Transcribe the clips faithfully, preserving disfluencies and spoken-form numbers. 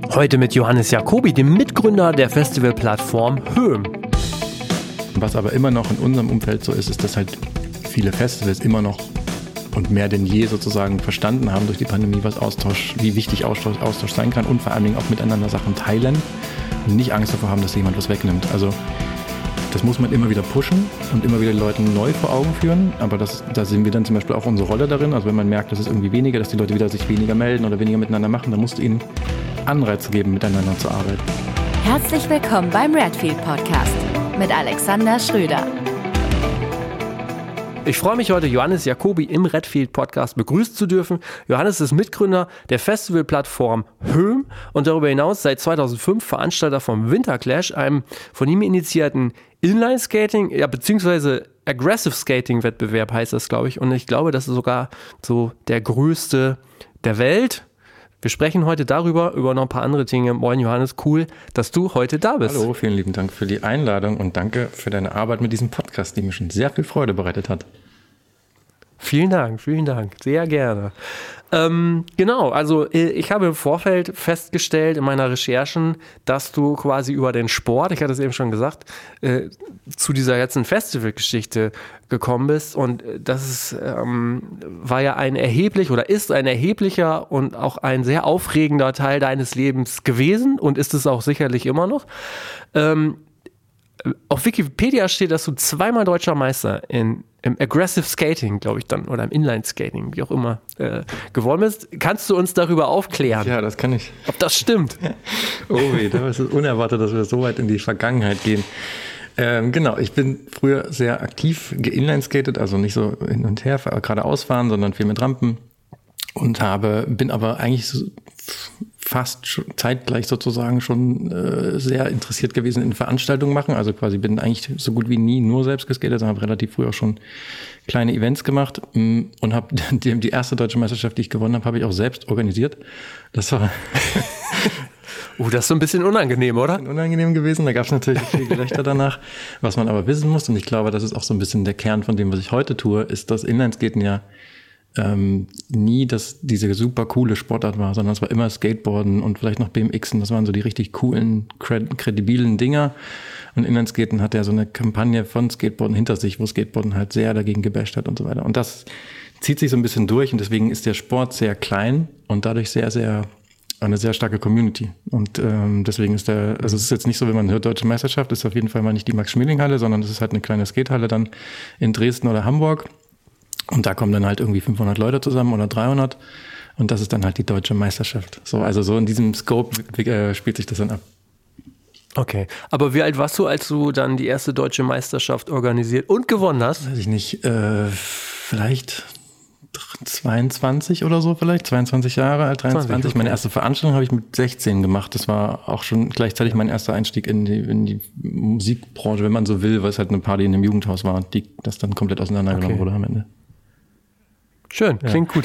Heute mit Johannes Jacobi, dem Mitgründer der Festivalplattform Höhm. Was aber immer noch in unserem Umfeld so ist, ist, dass halt viele Festivals immer noch und mehr denn je sozusagen verstanden haben durch die Pandemie, was Austausch, wie wichtig Austausch, Austausch sein kann und vor allen Dingen auch miteinander Sachen teilen und nicht Angst davor haben, dass jemand was wegnimmt. Also das muss man immer wieder pushen und immer wieder den Leuten neu vor Augen führen. Aber das, da sehen wir dann zum Beispiel auch unsere Rolle darin. Also wenn man merkt, dass es irgendwie weniger, dass die Leute wieder sich weniger melden oder weniger miteinander machen, dann musst du ihnen Anreize geben, miteinander zu arbeiten. Herzlich willkommen beim Redfield Podcast mit Alexander Schröder. Ich freue mich heute, Johannes Jacobi im Redfield Podcast begrüßen zu dürfen. Johannes ist Mitgründer der Festivalplattform Höhm und darüber hinaus seit zweitausendfünf Veranstalter vom Winterclash, einem von ihm initiierten Inline-Skating, ja, beziehungsweise Aggressive Skating-Wettbewerb heißt das, glaube ich. Und ich glaube, das ist sogar so der größte der Welt. Wir sprechen heute darüber, über noch ein paar andere Dinge. Moin Johannes, cool, dass du heute da bist. Hallo, vielen lieben Dank für die Einladung und danke für deine Arbeit mit diesem Podcast, die mir schon sehr viel Freude bereitet hat. Vielen Dank, vielen Dank, sehr gerne. Ähm, genau, also ich habe im Vorfeld festgestellt in meiner Recherchen, dass du quasi über den Sport, ich hatte es eben schon gesagt, äh, zu dieser ganzen Festivalgeschichte gekommen bist und das ist, ähm, war ja ein erheblich oder ist ein erheblicher und auch ein sehr aufregender Teil deines Lebens gewesen und ist es auch sicherlich immer noch. Ähm, auf Wikipedia steht, dass du zweimal deutscher Meister in, im Aggressive Skating, glaube ich dann, oder im Inline Skating, wie auch immer, äh, geworden bist. Kannst du uns darüber aufklären? Ja, das kann ich. Ob das stimmt? Oh weh, da ist es unerwartet, dass wir so weit in die Vergangenheit gehen. Ähm, genau, ich bin früher sehr aktiv geinline-skatet, also nicht so hin und her geradeaus fahren, sondern viel mit Rampen und habe, bin aber eigentlich so fast schon zeitgleich sozusagen schon äh, sehr interessiert gewesen in Veranstaltungen machen. Also quasi bin eigentlich so gut wie nie nur selbst geskatet, sondern habe relativ früh auch schon kleine Events gemacht und habe die, die erste deutsche Meisterschaft, die ich gewonnen habe, habe ich auch selbst organisiert. Das war Oh, das ist so ein bisschen unangenehm, oder? Ein bisschen unangenehm gewesen. Da gab es natürlich viel Gelächter danach. Was man aber wissen muss, und ich glaube, das ist auch so ein bisschen der Kern von dem, was ich heute tue, ist, dass Inlineskaten ja ähm, nie das, diese super coole Sportart war, sondern es war immer Skateboarden und vielleicht noch B M Xen. Das waren so die richtig coolen, kred- kredibilen Dinger. Und Inlineskaten hat ja so eine Kampagne von Skateboarden hinter sich, wo Skateboarden halt sehr dagegen gebasht hat und so weiter. Und das zieht sich so ein bisschen durch und deswegen ist der Sport sehr klein und dadurch sehr, sehr eine sehr starke Community. Und ähm, deswegen ist der, also es ist jetzt nicht so, wenn man hört, Deutsche Meisterschaft, ist auf jeden Fall mal nicht die Max-Schmeling-Halle, sondern es ist halt eine kleine Skatehalle dann in Dresden oder Hamburg. Und da kommen dann halt irgendwie fünfhundert Leute zusammen oder dreihundert. Und das ist dann halt die Deutsche Meisterschaft. So, also so in diesem Scope äh, spielt sich das dann ab. Okay, aber wie alt warst du, als du dann die erste Deutsche Meisterschaft organisiert und gewonnen hast? Weiß ich nicht, äh, vielleicht zweiundzwanzig oder so vielleicht, zweiundzwanzig Jahre alt, dreiundzwanzig. zwanzig, okay. Meine erste Veranstaltung habe ich mit sechzehn gemacht. Das war auch schon gleichzeitig mein erster Einstieg in die, in die Musikbranche, wenn man so will, weil es halt eine Party in einem Jugendhaus war, die das dann komplett auseinandergenommen okay. wurde am Ende. Schön, klingt ja. gut.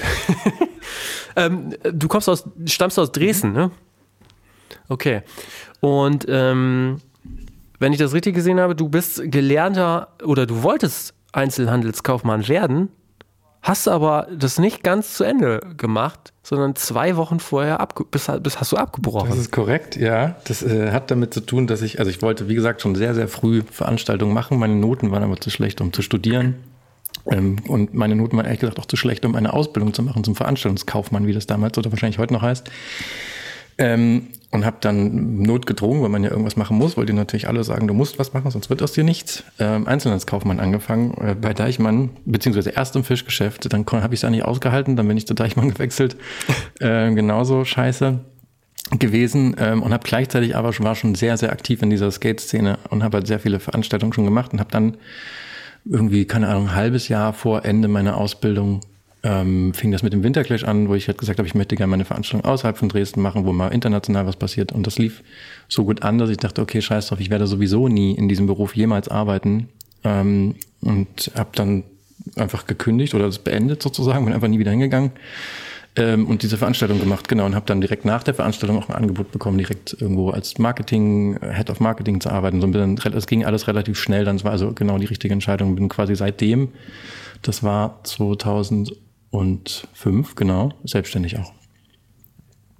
ähm, du kommst aus, stammst aus Dresden, mhm. ne? Okay. Und ähm, wenn ich das richtig gesehen habe, du bist gelernter oder du wolltest Einzelhandelskaufmann werden, hast aber das nicht ganz zu Ende gemacht, sondern zwei Wochen vorher abge- bis, bis hast du abgebrochen. Das ist korrekt, ja. Das äh, hat damit zu tun, dass ich, also ich wollte, wie gesagt, schon sehr, sehr früh Veranstaltungen machen. Meine Noten waren aber zu schlecht, um zu studieren. Ähm, und meine Noten waren ehrlich gesagt auch zu schlecht, um eine Ausbildung zu machen zum Veranstaltungskaufmann, wie das damals oder wahrscheinlich heute noch heißt. Ähm, und habe dann notgedrungen, weil man ja irgendwas machen muss, wollte natürlich alle sagen, du musst was machen, sonst wird aus dir nichts. Ähm, Einzelhandelskaufmann angefangen äh, bei Deichmann, beziehungsweise erst im Fischgeschäft. Dann habe ich es eigentlich ausgehalten, dann bin ich zu Deichmann gewechselt. äh, genauso scheiße gewesen ähm, und habe gleichzeitig aber war schon sehr, sehr aktiv in dieser Skate-Szene und habe halt sehr viele Veranstaltungen schon gemacht und habe dann irgendwie, keine Ahnung, ein halbes Jahr vor Ende meiner Ausbildung Ähm, fing das mit dem Winterclash an, wo ich halt gesagt habe, ich möchte gerne meine Veranstaltung außerhalb von Dresden machen, wo mal international was passiert. Und das lief so gut an, dass ich dachte, okay, scheiß drauf, ich werde sowieso nie in diesem Beruf jemals arbeiten. Ähm, und habe dann einfach gekündigt oder das beendet sozusagen, bin einfach nie wieder hingegangen ähm, und diese Veranstaltung gemacht, genau. Und habe dann direkt nach der Veranstaltung auch ein Angebot bekommen, direkt irgendwo als Marketing, Head of Marketing zu arbeiten. So ein bisschen, es ging alles relativ schnell, dann war also genau die richtige Entscheidung. Bin quasi seitdem, das war zweitausendfünf, genau, selbstständig auch.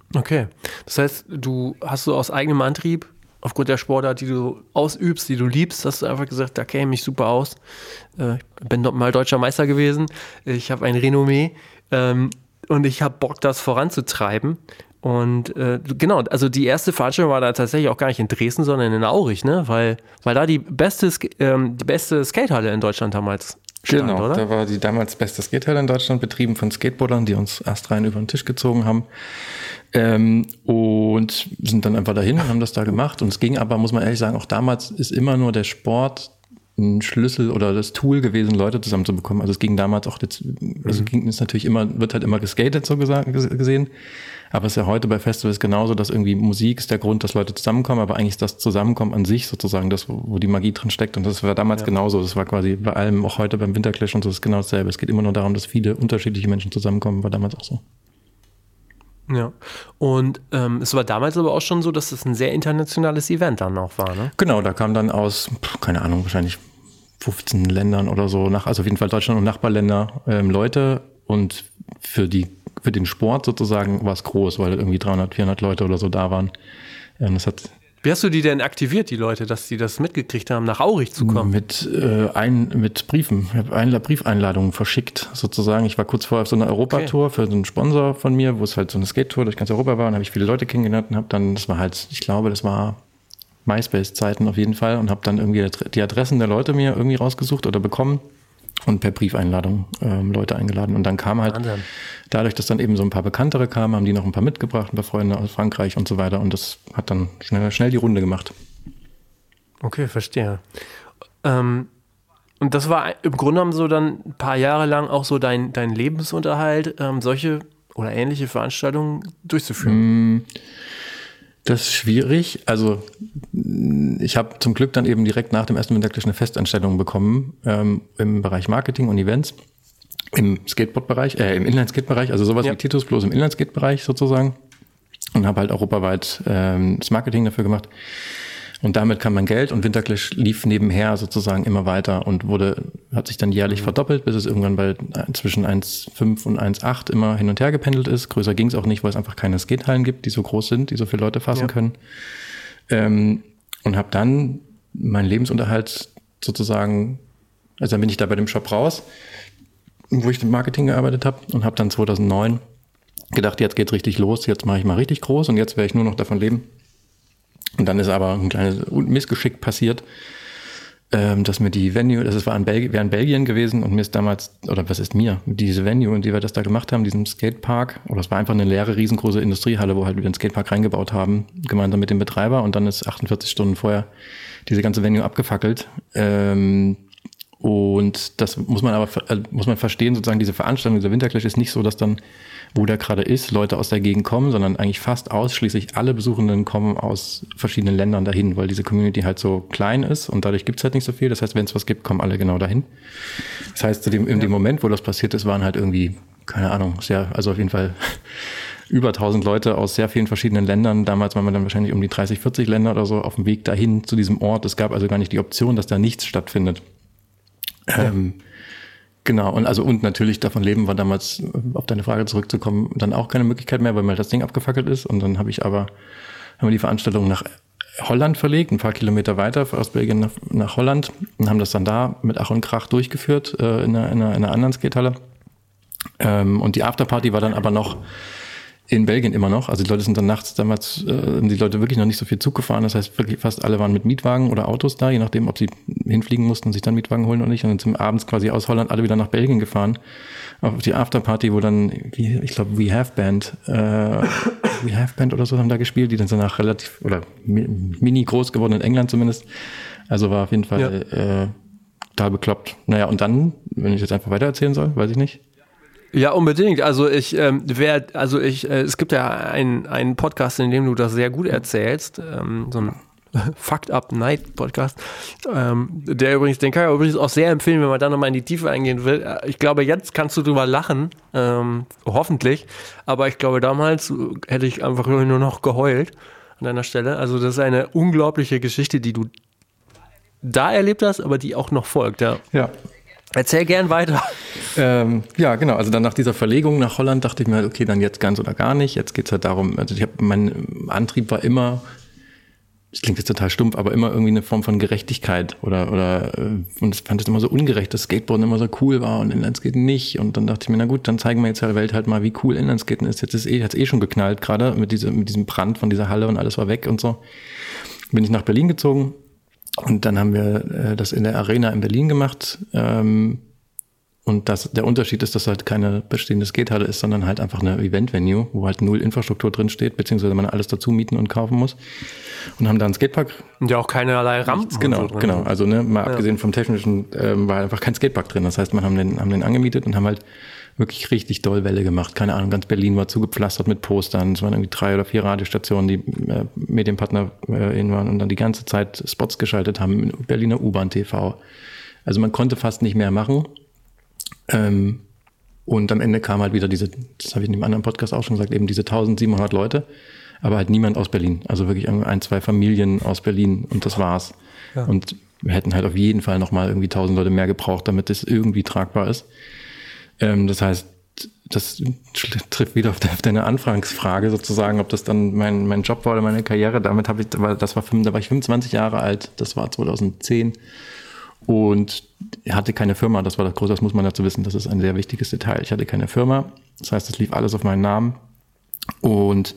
Okay, das heißt, du hast so aus eigenem Antrieb, aufgrund der Sportart, die du ausübst, die du liebst, hast du einfach gesagt, da käme ich mich super aus. Äh, ich bin mal deutscher Meister gewesen, ich habe ein Renommee ähm, und ich habe Bock, das voranzutreiben. Und äh, genau, also die erste Veranstaltung war da tatsächlich auch gar nicht in Dresden, sondern in Aurich, ne? Weil, weil da die beste, ähm, die beste Skatehalle in Deutschland damals stand, genau, oder? Da war die damals beste Skatehalle in Deutschland, betrieben von Skateboardern, die uns erst rein über den Tisch gezogen haben. Ähm, und sind dann einfach dahin und haben das da gemacht. Und es ging aber, muss man ehrlich sagen, auch damals ist immer nur der Sport ein Schlüssel oder das Tool gewesen, Leute zusammenzubekommen. Also es ging damals auch, jetzt, also mhm. ging es natürlich immer, wird halt immer geskatet, so gesagt, gesehen. Aber es ist ja heute bei Festivals genauso, dass irgendwie Musik ist der Grund, dass Leute zusammenkommen, aber eigentlich ist das Zusammenkommen an sich sozusagen das, wo die Magie drin steckt. Und das war damals ja. genauso. Das war quasi bei allem, auch heute beim Winterclash und so, ist genau dasselbe. Es geht immer nur darum, dass viele unterschiedliche Menschen zusammenkommen, war damals auch so. Ja, und ähm, es war damals aber auch schon so, dass es ein sehr internationales Event dann auch war, ne? Genau, da kam dann aus, keine Ahnung, wahrscheinlich fünfzehn Ländern oder so, nach, also auf jeden Fall Deutschland und Nachbarländer ähm, Leute, und für die für den Sport sozusagen war es groß, weil irgendwie dreihundert, vierhundert Leute oder so da waren. Ähm, das hat Wie hast du die denn aktiviert, die Leute, dass die das mitgekriegt haben, nach Aurich zu kommen? Mit, äh, ein, mit Briefen. Ich habe ein, Briefeinladungen verschickt, sozusagen. Ich war kurz vorher auf so einer Europatour okay. für so einen Sponsor von mir, wo es halt so eine Skate-Tour durch ganz Europa war, und habe ich viele Leute kennengelernt und habe dann, das war halt, ich glaube, das war MySpace-Zeiten auf jeden Fall, und habe dann irgendwie die Adressen der Leute mir irgendwie rausgesucht oder bekommen und per Briefeinladung ähm, Leute eingeladen. Und dann kam halt, Wahnsinn. Dadurch, dass dann eben so ein paar Bekanntere kamen, haben die noch ein paar mitgebracht, ein paar Freunde aus Frankreich und so weiter, und das hat dann schnell, schnell die Runde gemacht. Okay, verstehe. Ähm, und das war im Grunde genommen so dann ein paar Jahre lang auch so dein, dein Lebensunterhalt, ähm, solche oder ähnliche Veranstaltungen durchzuführen? Das ist schwierig. Also ich habe zum Glück dann eben direkt nach dem ersten Winterclash eine Festanstellung bekommen ähm, im Bereich Marketing und Events, im Skateboard-Bereich, äh, im Inline-Skate-Bereich, also sowas ja. wie Titus, bloß im Inline-Skate-Bereich sozusagen, und habe halt europaweit ähm, das Marketing dafür gemacht. Und damit kam mein Geld, und Winterclash lief nebenher sozusagen immer weiter und wurde, hat sich dann jährlich mhm. verdoppelt, bis es irgendwann bei zwischen eins Komma fünf und eins Komma acht immer hin und her gependelt ist. Größer ging es auch nicht, weil es einfach keine Skatehallen gibt, die so groß sind, die so viele Leute fassen ja. können. Ähm, und habe dann meinen Lebensunterhalt sozusagen, also dann bin ich da bei dem Shop raus, wo ich im Marketing gearbeitet habe, und habe dann zweitausendneun gedacht, jetzt geht's richtig los, jetzt mache ich mal richtig groß, und jetzt werde ich nur noch davon leben. Und dann ist aber ein kleines Missgeschick passiert, ähm, dass mir die Venue, das war in, Belgi- wäre in Belgien gewesen, und mir ist damals, oder was ist mir, diese Venue, in die wir das da gemacht haben, diesen Skatepark, oder es war einfach eine leere, riesengroße Industriehalle, wo halt wir den Skatepark reingebaut haben, gemeinsam mit dem Betreiber, und dann ist achtundvierzig Stunden vorher diese ganze Venue abgefackelt. Ähm, und das muss man aber äh, muss man verstehen, sozusagen diese Veranstaltung, dieser Winterclash ist nicht so, dass dann, wo der gerade ist, Leute aus der Gegend kommen, sondern eigentlich fast ausschließlich alle Besuchenden kommen aus verschiedenen Ländern dahin, weil diese Community halt so klein ist, und dadurch gibt es halt nicht so viel. Das heißt, wenn es was gibt, kommen alle genau dahin. Das heißt, zu dem, in dem Moment, wo das passiert ist, waren halt irgendwie, keine Ahnung, sehr, also auf jeden Fall über tausend Leute aus sehr vielen verschiedenen Ländern. Damals waren wir dann wahrscheinlich um die dreißig, vierzig Länder oder so auf dem Weg dahin zu diesem Ort. Es gab also gar nicht die Option, dass da nichts stattfindet. Ja. Ähm, Genau, und also und natürlich davon leben war damals, auf deine Frage zurückzukommen, dann auch keine Möglichkeit mehr, weil mal das Ding abgefackelt ist. Und dann habe ich aber, haben wir die Veranstaltung nach Holland verlegt, ein paar Kilometer weiter aus Belgien nach, nach Holland, und haben das dann da mit Ach und Krach durchgeführt äh, in, einer, in, einer, in einer anderen Skatehalle. Ähm, und die Afterparty war dann aber noch in Belgien immer noch. Also die Leute sind dann nachts damals, äh, die Leute wirklich noch nicht so viel Zug gefahren. Das heißt, wirklich fast alle waren mit Mietwagen oder Autos da, je nachdem, ob sie hinfliegen mussten und sich dann Mietwagen holen oder nicht. Und dann sind abends quasi aus Holland alle wieder nach Belgien gefahren. Auf die Afterparty, wo dann, wie, ich glaube, We Have Band, äh, We Have Band oder so haben da gespielt, die dann danach relativ, oder mini groß geworden in England zumindest. Also war auf jeden Fall ja. äh, da bekloppt. Naja, und dann, wenn ich jetzt einfach weiter erzählen soll, weiß ich nicht. Ja, unbedingt. Also ich, ähm, wer, also ich, äh, es gibt ja einen, einen Podcast, in dem du das sehr gut erzählst, ähm, so ein Fucked Up Night Podcast, ähm, der übrigens, den kann ich übrigens auch sehr empfehlen, wenn man da nochmal in die Tiefe eingehen will. Ich glaube, jetzt kannst du drüber lachen, ähm, hoffentlich, aber ich glaube, damals hätte ich einfach nur noch geheult an deiner Stelle. Also das ist eine unglaubliche Geschichte, die du da erlebt hast, aber die auch noch folgt, ja. Ja. Erzähl gern weiter. Ähm, ja, genau. Also dann nach dieser Verlegung nach Holland dachte ich mir halt, okay, dann jetzt ganz oder gar nicht. Jetzt geht's halt darum, also ich habe, mein Antrieb war immer, das klingt jetzt total stumpf, aber immer irgendwie eine Form von Gerechtigkeit oder, oder, und ich fand es immer so ungerecht, dass Skateboarden immer so cool war und Inlineskaten nicht. Und dann dachte ich mir, na gut, dann zeigen wir jetzt der Welt halt mal, wie cool Inlineskaten ist. Jetzt ist eh, hat's eh schon geknallt gerade mit diesem, mit diesem Brand von dieser Halle und alles war weg und so. Bin ich nach Berlin gezogen. Und dann haben wir äh, das in der Arena in Berlin gemacht. Ähm, und das, der Unterschied ist, dass halt keine bestehende Skatehalle ist, sondern halt einfach eine Event-Venue, wo halt null Infrastruktur drin steht, beziehungsweise man alles dazu mieten und kaufen muss. Und haben da einen Skatepark. Und ja auch keinerlei Rampen. Genau, so drin. genau. Also ne, mal ja. abgesehen vom Technischen ähm, war einfach kein Skatepark drin. Das heißt, man haben den, haben den angemietet und haben halt wirklich richtig doll Welle gemacht. Keine Ahnung, ganz Berlin war zugepflastert mit Postern. Es waren irgendwie drei oder vier Radiostationen, die äh, Medienpartner äh, in waren und dann die ganze Zeit Spots geschaltet haben. Berliner U-Bahn T V. Also man konnte fast nicht mehr machen. Ähm, und am Ende kam halt wieder diese, das habe ich in dem anderen Podcast auch schon gesagt, eben diese eintausendsiebenhundert Leute, aber halt niemand aus Berlin. Also wirklich ein, zwei Familien aus Berlin und das war's. Ja. Und wir hätten halt auf jeden Fall nochmal irgendwie tausend Leute mehr gebraucht, damit es irgendwie tragbar ist. Ähm, das heißt, das trifft wieder auf, de, auf deine Anfangsfrage sozusagen, ob das dann mein, mein Job war oder meine Karriere. Damit habe ich, weil das war, da war ich fünfundzwanzig Jahre alt, das war zweitausendzehn und hatte keine Firma. Das war das Große, das muss man dazu wissen. Das ist ein sehr wichtiges Detail. Ich hatte keine Firma. Das heißt, es lief alles auf meinen Namen und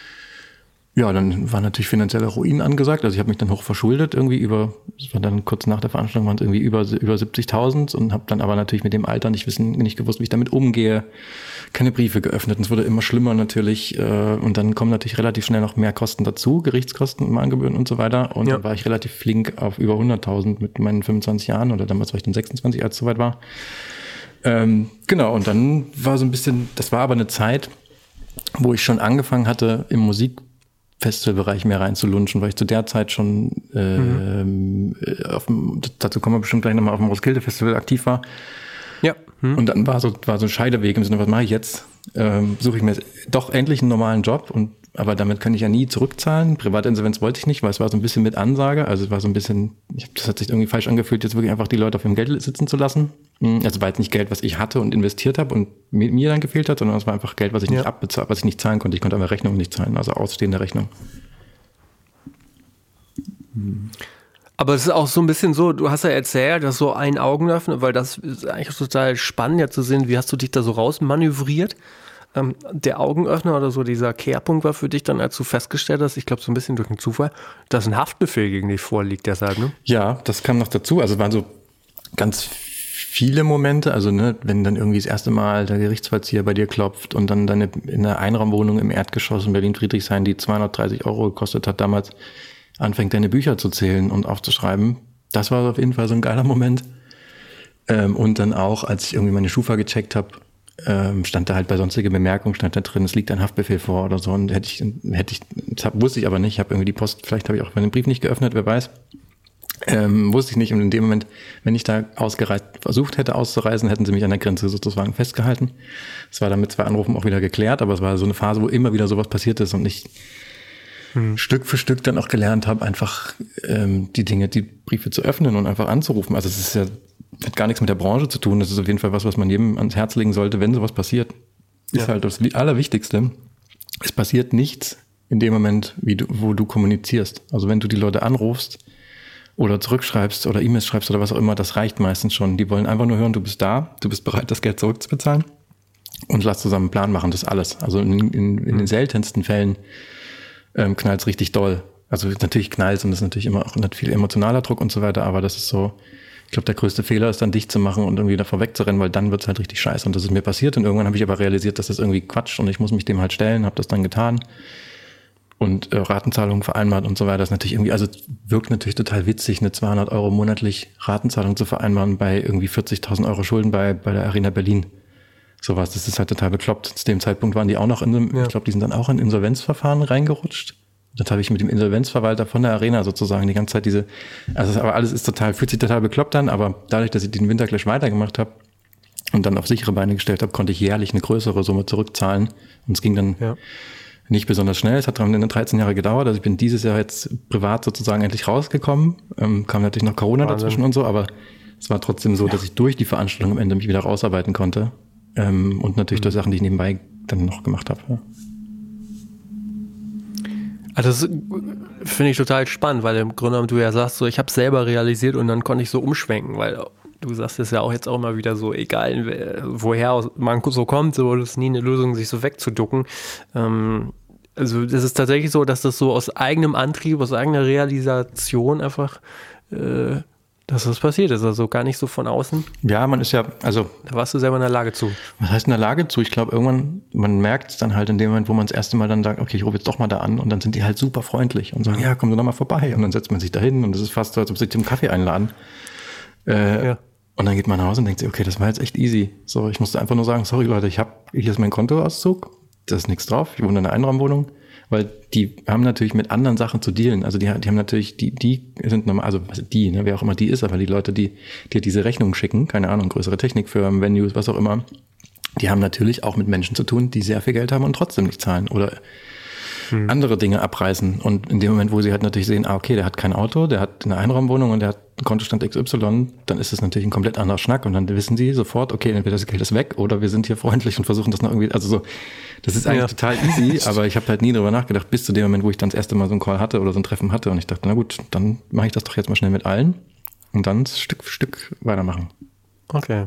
ja, dann war natürlich finanzieller Ruin angesagt. Also ich habe mich dann hoch verschuldet irgendwie über, das war dann kurz nach der Veranstaltung, waren es irgendwie über, über siebzigtausend und habe dann aber natürlich mit dem Alter nicht wissen, nicht gewusst, wie ich damit umgehe. Keine Briefe geöffnet und es wurde immer schlimmer natürlich. Und dann kommen natürlich relativ schnell noch mehr Kosten dazu, Gerichtskosten, Mahngebühren und so weiter. Und ja. Dann war ich relativ flink auf über hunderttausend mit meinen fünfundzwanzig Jahren oder damals war ich dann sechsundzwanzig, als es soweit war. Ähm, genau, und dann war so ein bisschen, das war aber eine Zeit, wo ich schon angefangen hatte, im Musik Festivalbereich mehr reinzulunschen, weil ich zu der Zeit schon äh, mhm. auf dem, dazu kommen wir bestimmt gleich nochmal, auf dem Roskilde Festival aktiv war. Ja. Mhm. Und dann war so, war so ein Scheideweg im Sinne, was mache ich jetzt? Ähm, suche ich mir doch endlich einen normalen Job und aber damit kann ich ja nie zurückzahlen. Privatinsolvenz wollte ich nicht, weil es war so ein bisschen mit Ansage. Also es war so ein bisschen, ich hab, das hat sich irgendwie falsch angefühlt, jetzt wirklich einfach die Leute auf ihrem Geld sitzen zu lassen. Also war jetzt nicht Geld, was ich hatte und investiert habe und mir, mir dann gefehlt hat, sondern es war einfach Geld, was ich ja. nicht abbezahlt, was ich nicht zahlen konnte. Ich konnte aber Rechnungen nicht zahlen, also ausstehende Rechnung. Aber es ist auch so ein bisschen so, du hast ja erzählt, dass so ein Augenöffner, weil das ist eigentlich total spannend ja zu sehen, wie hast du dich da so rausmanövriert? Ähm, der Augenöffner oder so, dieser Kehrpunkt war für dich dann, als du festgestellt hast, ich glaube so ein bisschen durch den Zufall, dass ein Haftbefehl gegen dich vorliegt deshalb, ne? Ja, das kam noch dazu. Also es waren so ganz viele Momente, also ne, wenn dann irgendwie das erste Mal der Gerichtsvollzieher bei dir klopft und dann deine in einer Einraumwohnung im Erdgeschoss in Berlin-Friedrichshain, die zweihundertdreißig Euro gekostet hat damals, anfängt deine Bücher zu zählen und aufzuschreiben. Das war auf jeden Fall so ein geiler Moment. Ähm, und dann auch, als ich irgendwie meine Schufa gecheckt habe, ähm, stand da halt bei sonstige Bemerkungen, stand da drin, es liegt ein Haftbefehl vor oder so. Und hätte ich, hätte ich, das hab, wusste ich aber nicht, ich habe irgendwie die Post, vielleicht habe ich auch meinen Brief nicht geöffnet, wer weiß. Ähm, wusste ich nicht. Und in dem Moment, wenn ich da ausgereist, versucht hätte auszureisen, hätten sie mich an der Grenze sozusagen festgehalten. Es war dann mit zwei Anrufen auch wieder geklärt, aber es war so eine Phase, wo immer wieder sowas passiert ist und ich hm. Stück für Stück dann auch gelernt habe, einfach ähm, die Dinge, die Briefe zu öffnen und einfach anzurufen. Also es ist ja, hat gar nichts mit der Branche zu tun. Das ist auf jeden Fall was, was man jedem ans Herz legen sollte, wenn sowas passiert. Ist ja. halt das Allerwichtigste. Es passiert nichts in dem Moment, wie du, wo du kommunizierst. Also wenn du die Leute anrufst oder zurückschreibst oder E-Mails schreibst oder was auch immer, das reicht meistens schon. Die wollen einfach nur hören, du bist da, du bist bereit, das Geld zurückzubezahlen und lass zusammen einen Plan machen, das ist alles. Also in, in, in den seltensten Fällen ähm, knallt es richtig doll. Also natürlich knallt es und das ist natürlich immer auch viel emotionaler Druck und so weiter, aber das ist so, ich glaube, der größte Fehler ist dann dicht zu machen und irgendwie davor wegzurennen, weil dann wird es halt richtig scheiße und das ist mir passiert und irgendwann habe ich aber realisiert, dass das irgendwie Quatsch und ich muss mich dem halt stellen, habe das dann getan. Und äh, Ratenzahlungen vereinbart und so weiter. Das ist natürlich irgendwie, also wirkt natürlich total witzig, eine zweihundert Euro monatlich Ratenzahlung zu vereinbaren bei irgendwie vierzigtausend Euro Schulden bei bei der Arena Berlin. Sowas, das ist halt total bekloppt. Zu dem Zeitpunkt waren die auch noch in einem, ja. ich glaube, die sind dann auch in Insolvenzverfahren reingerutscht. Das habe ich mit dem Insolvenzverwalter von der Arena sozusagen die ganze Zeit diese, also aber alles ist total, fühlt sich total bekloppt an, aber dadurch, dass ich den Winterclash weitergemacht habe und dann auf sichere Beine gestellt habe, konnte ich jährlich eine größere Summe zurückzahlen und es ging dann ja. nicht besonders schnell. Es hat dann dreizehn Jahre gedauert. Also ich bin dieses Jahr jetzt privat sozusagen endlich rausgekommen. Ähm, kam natürlich noch Corona Wahnsinn. Dazwischen und so, aber es war trotzdem so, ja. dass ich durch die Veranstaltung am Ende mich wieder rausarbeiten konnte. Ähm, und natürlich mhm. durch Sachen, die ich nebenbei dann noch gemacht habe. Ja. Also das finde ich total spannend, weil im Grunde genommen du ja sagst, so ich habe es selber realisiert und dann konnte ich so umschwenken, weil du sagst es ja auch jetzt auch immer wieder so, egal woher man so kommt, so ist nie eine Lösung, sich so wegzuducken. Ähm, also das ist tatsächlich so, dass das so aus eigenem Antrieb, aus eigener Realisation einfach, äh, dass das passiert ist, also gar nicht so von außen. Ja, man ist ja, also... Da warst du selber in der Lage zu. Was heißt in der Lage zu? Ich glaube, irgendwann, man merkt es dann halt in dem Moment, wo man das erste Mal dann sagt, okay, ich rufe jetzt doch mal da an und dann sind die halt super freundlich und sagen, ja, komm doch noch mal vorbei. Und dann setzt man sich da hin und das ist fast so, als ob sie sich zum Kaffee einladen. Äh, ja. Und dann geht man nach Hause und denkt sich, okay, das war jetzt echt easy. So, ich musste einfach nur sagen, sorry Leute, ich habe, hier ist mein Kontoauszug, da ist nichts drauf, ich wohne in einer Einraumwohnung. Weil die haben natürlich mit anderen Sachen zu dealen. Also die, die haben natürlich, die, die sind normal, also die, ne, wer auch immer die ist, aber die Leute, die dir diese Rechnungen schicken, keine Ahnung, größere Technikfirmen, Venues, was auch immer, die haben natürlich auch mit Menschen zu tun, die sehr viel Geld haben und trotzdem nicht zahlen oder hm. andere Dinge abreißen. Und in dem Moment, wo sie halt natürlich sehen, ah, okay, der hat kein Auto, der hat eine Einraumwohnung und der hat einen Kontostand X Y, dann ist es natürlich ein komplett anderer Schnack und dann wissen sie sofort, okay, entweder das Geld ist weg oder wir sind hier freundlich und versuchen das noch irgendwie, also so, das ist eigentlich ja. total easy, aber ich habe halt nie drüber nachgedacht, bis zu dem Moment, wo ich dann das erste Mal so einen Call hatte oder so ein Treffen hatte und ich dachte, na gut, dann mache ich das doch jetzt mal schnell mit allen und dann Stück für Stück weitermachen. Okay.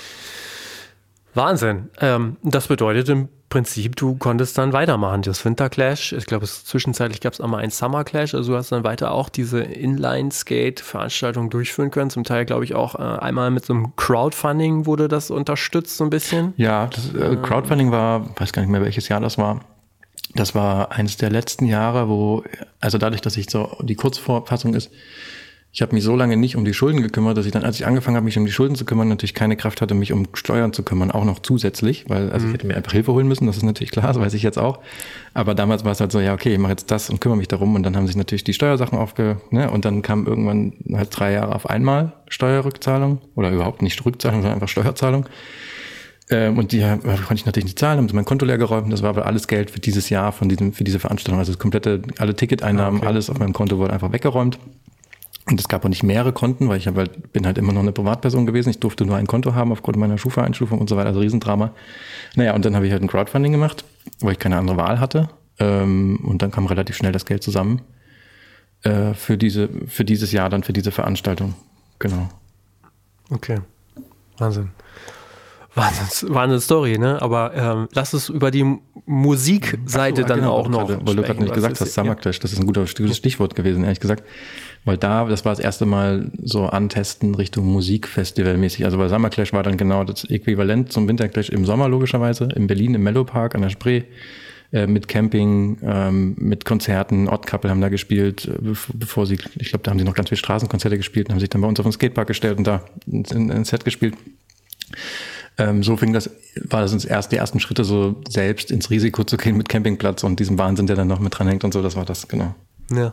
Wahnsinn. Ähm, das bedeutet im Prinzip, du konntest dann weitermachen. Das Winter Clash, ich glaube, zwischenzeitlich gab es einmal einen Summer Clash, also du hast dann weiter auch diese Inline-Skate-Veranstaltung durchführen können. Zum Teil, glaube ich, auch äh, einmal mit so einem Crowdfunding wurde das unterstützt so ein bisschen. Ja, das äh, Crowdfunding war, weiß gar nicht mehr, welches Jahr das war. Das war eines der letzten Jahre, wo, also dadurch, dass ich so, die Kurzfassung ist, ich habe mich so lange nicht um die Schulden gekümmert, dass ich dann, als ich angefangen habe, mich um die Schulden zu kümmern, natürlich keine Kraft hatte, mich um Steuern zu kümmern, auch noch zusätzlich, weil also mhm. ich hätte mir einfach Hilfe holen müssen, das ist natürlich klar, das weiß ich jetzt auch. Aber damals war es halt so, ja okay, ich mache jetzt das und kümmere mich darum und dann haben sich natürlich die Steuersachen aufge... Ne, und dann kam irgendwann halt drei Jahre auf einmal Steuerrückzahlung oder überhaupt nicht Rückzahlung, sondern einfach Steuerzahlung. Ähm, und die konnte ich natürlich nicht zahlen, haben sie mein Konto leer geräumt. Das war aber alles Geld für dieses Jahr, von diesem, für diese Veranstaltung. Also das komplette, alle Ticketeinnahmen, okay. alles auf meinem Konto wurde einfach weggeräumt. Und es gab auch nicht mehrere Konten, weil ich hab halt, bin halt immer noch eine Privatperson gewesen. Ich durfte nur ein Konto haben aufgrund meiner Schufa-Einstufung und so weiter. Also Riesendrama. Naja, und dann habe ich halt ein Crowdfunding gemacht, weil ich keine andere Wahl hatte. Ähm, und dann kam relativ schnell das Geld zusammen äh, für diese, für dieses Jahr dann, für diese Veranstaltung. Genau. Okay. Wahnsinn. Wahnsinn, Wahnsinn Story, ne? Aber ähm, lass es über die Musikseite so, dann genau, auch noch grade, weil du gerade nicht gesagt hast, Summer Clash, das ist ein guter, gutes Stichwort gewesen, ehrlich gesagt. Weil da, das war das erste Mal so antesten Richtung Musikfestival-mäßig. Also bei Summer Clash war dann genau das Äquivalent zum Winter Clash im Sommer logischerweise, in Berlin im Mellow Park an der Spree, äh, mit Camping, ähm, mit Konzerten. Odd Couple haben da gespielt, äh, bevor sie, ich glaube, da haben sie noch ganz viele Straßenkonzerte gespielt und haben sich dann bei uns auf den Skatepark gestellt und da ein, ein Set gespielt. Ähm, so fing das, war das uns erst die ersten Schritte, so selbst ins Risiko zu gehen mit Campingplatz und diesem Wahnsinn, der dann noch mit dran hängt und so, das war das, genau. Ja.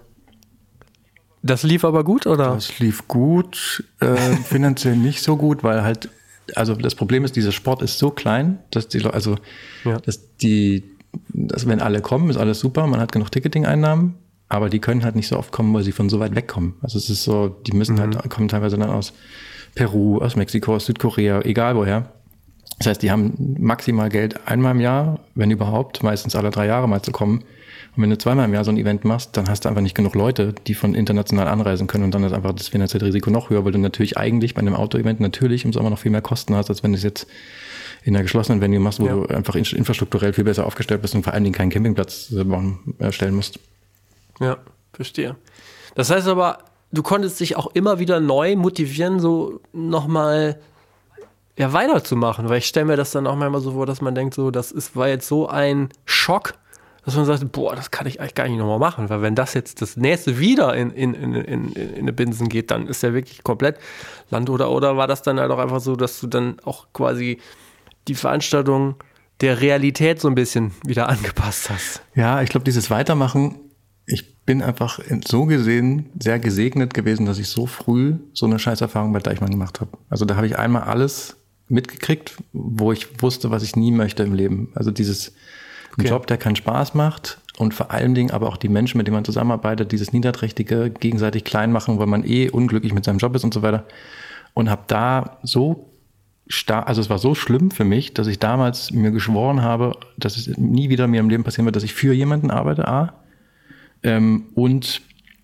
Das lief aber gut, oder? Das lief gut, äh, finanziell nicht so gut, weil halt, also das Problem ist, dieser Sport ist so klein, dass die Leute, also, ja. dass die, dass wenn alle kommen, ist alles super, man hat genug Ticketing-Einnahmen, aber die können halt nicht so oft kommen, weil sie von so weit weg kommen. Also es ist so, die müssen mhm. halt, kommen teilweise dann aus Peru, aus Mexiko, aus Südkorea, egal woher. Das heißt, die haben maximal Geld einmal im Jahr, wenn überhaupt, meistens alle drei Jahre mal zu kommen. Und wenn du zweimal im Jahr so ein Event machst, dann hast du einfach nicht genug Leute, die von international anreisen können und dann ist einfach das finanzielle Risiko noch höher, weil du natürlich eigentlich bei einem Auto-Event natürlich im Sommer noch viel mehr Kosten hast, als wenn du es jetzt in einer geschlossenen Venue machst, wo ja. du einfach infrastrukturell viel besser aufgestellt bist und vor allen Dingen keinen Campingplatz erstellen musst. Ja, verstehe. Das heißt aber, du konntest dich auch immer wieder neu motivieren, so nochmal ja, weiterzumachen, weil ich stelle mir das dann auch manchmal so vor, dass man denkt, so, das ist, war jetzt so ein Schock, dass man sagt, boah, das kann ich eigentlich gar nicht nochmal machen, weil wenn das jetzt das nächste wieder in, in, in, in, in eine Binsen geht, dann ist ja wirklich komplett Land oder, oder war das dann halt auch einfach so, dass du dann auch quasi die Veranstaltung der Realität so ein bisschen wieder angepasst hast? Ja, ich glaube, dieses Weitermachen, ich bin einfach so gesehen sehr gesegnet gewesen, dass ich so früh so eine Scheißerfahrung bei Deichmann gemacht habe. Also da habe ich einmal alles mitgekriegt, wo ich wusste, was ich nie möchte im Leben. Also dieses okay. ein Job, der keinen Spaß macht und vor allen Dingen aber auch die Menschen, mit denen man zusammenarbeitet, dieses niederträchtige, gegenseitig klein machen, weil man eh unglücklich mit seinem Job ist und so weiter. und habe da so stark, also es war so schlimm für mich, dass ich damals mir geschworen habe, dass es nie wieder mir im Leben passieren wird, dass ich für jemanden arbeite, A, ähm, und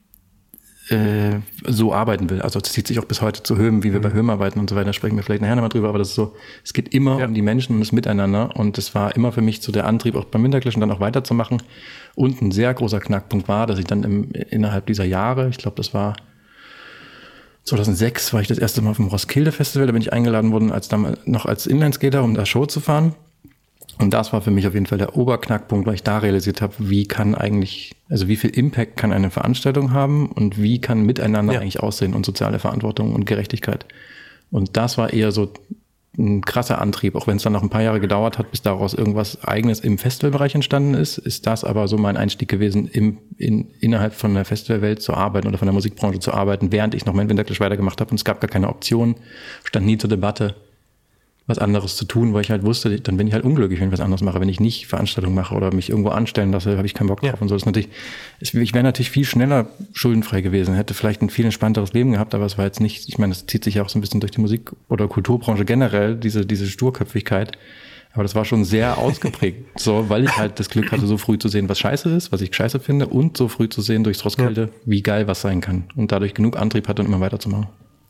äh, so arbeiten will. Also das zieht sich auch bis heute zu Höhm, wie wir mhm. bei Höhm arbeiten und so weiter, da sprechen wir vielleicht nachher nochmal drüber, aber das ist so, es geht immer ja. um die Menschen und das Miteinander und das war immer für mich so der Antrieb, auch beim Winterclash und dann auch weiterzumachen. Und ein sehr großer Knackpunkt war, dass ich dann im, innerhalb dieser Jahre, ich glaube, das war zweitausendsechs, war ich das erste Mal auf dem Roskilde Festival, da bin ich eingeladen worden, als damals noch als Inlineskater, um da Show zu fahren. Und das war für mich auf jeden Fall der Oberknackpunkt, weil ich da realisiert habe, wie kann eigentlich, also wie viel Impact kann eine Veranstaltung haben und wie kann Miteinander ja. eigentlich aussehen und soziale Verantwortung und Gerechtigkeit. Und das war eher so ein krasser Antrieb, auch wenn es dann noch ein paar Jahre gedauert hat, bis daraus irgendwas Eigenes im Festivalbereich entstanden ist, ist das aber so mein Einstieg gewesen, im, in, innerhalb von der Festivalwelt zu arbeiten oder von der Musikbranche zu arbeiten, während ich noch mein Winterclash weitergemacht habe und es gab gar keine Option, stand nie zur Debatte, was anderes zu tun, weil ich halt wusste, dann bin ich halt unglücklich, wenn ich was anderes mache. Wenn ich nicht Veranstaltungen mache oder mich irgendwo anstellen lasse, habe ich keinen Bock drauf. Ja. Und so. Das ist natürlich, ich wäre natürlich viel schneller schuldenfrei gewesen, hätte vielleicht ein viel entspannteres Leben gehabt, aber es war jetzt nicht, ich meine, es zieht sich ja auch so ein bisschen durch die Musik- oder Kulturbranche generell, diese, diese Sturköpfigkeit. Aber das war schon sehr ausgeprägt, so, weil ich halt das Glück hatte, so früh zu sehen, was scheiße ist, was ich scheiße finde und so früh zu sehen durchs Roskilde, ja. wie geil was sein kann und dadurch genug Antrieb hatte, um immer weiterzumachen.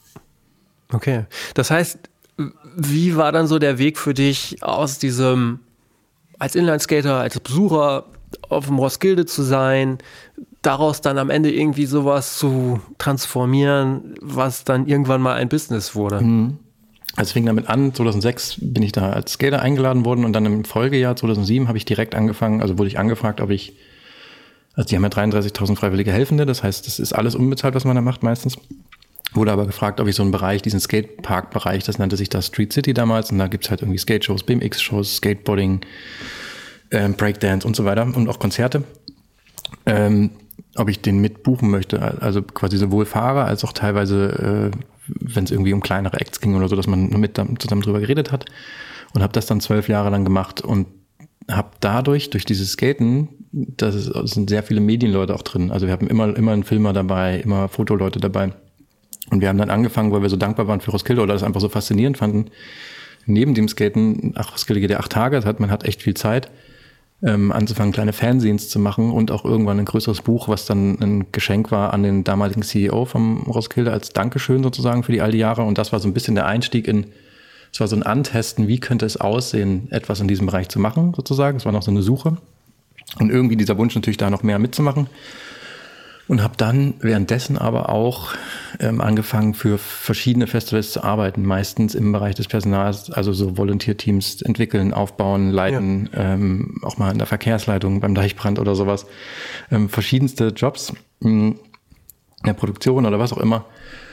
Okay. Das heißt, wie war dann so der Weg für dich aus diesem, als Inlineskater, als Besucher auf dem Roskilde zu sein, daraus dann am Ende irgendwie sowas zu transformieren, was dann irgendwann mal ein Business wurde? Mhm. Also es fing damit an, zweitausendsechs bin ich da als Skater eingeladen worden und dann im Folgejahr zweitausendsieben habe ich direkt angefangen, also wurde ich angefragt, ob ich, also die haben ja dreiunddreißigtausend freiwillige Helfende, das heißt, das ist alles unbezahlt, was man da macht meistens. Wurde aber gefragt, ob ich so einen Bereich, diesen Skatepark-Bereich, das nannte sich das Street City damals, und da gibt's halt irgendwie Skate-Shows, B M X-Shows, Skateboarding, ähm, Breakdance und so weiter und auch Konzerte, ähm, ob ich den mitbuchen möchte, also quasi sowohl Fahrer als auch teilweise, äh, wenn es irgendwie um kleinere Acts ging oder so, dass man mit zusammen drüber geredet hat, und habe das dann zwölf Jahre lang gemacht und habe dadurch, durch dieses Skaten, das, ist, das sind sehr viele Medienleute auch drin, also wir haben immer, immer einen Filmer dabei, immer Fotoleute dabei. Und wir haben dann angefangen, weil wir so dankbar waren für Roskilde oder das einfach so faszinierend fanden, neben dem Skaten, ach, Roskilde geht ja acht Tage, das hat, man hat echt viel Zeit, ähm, anzufangen, kleine Fanzines zu machen und auch irgendwann ein größeres Buch, was dann ein Geschenk war an den damaligen C E O vom Roskilde als Dankeschön sozusagen für die all die Jahre. Und das war so ein bisschen der Einstieg in, es war so ein Antesten, wie könnte es aussehen, etwas in diesem Bereich zu machen sozusagen. Es war noch so eine Suche und irgendwie dieser Wunsch natürlich da noch mehr mitzumachen. Und habe dann währenddessen aber auch ähm, angefangen, für verschiedene Festivals zu arbeiten, meistens im Bereich des Personals, also so Volunteer-Teams entwickeln, aufbauen, leiten, ja. ähm, auch mal in der Verkehrsleitung beim Deichbrand oder sowas. Ähm, verschiedenste Jobs in der Produktion oder was auch immer.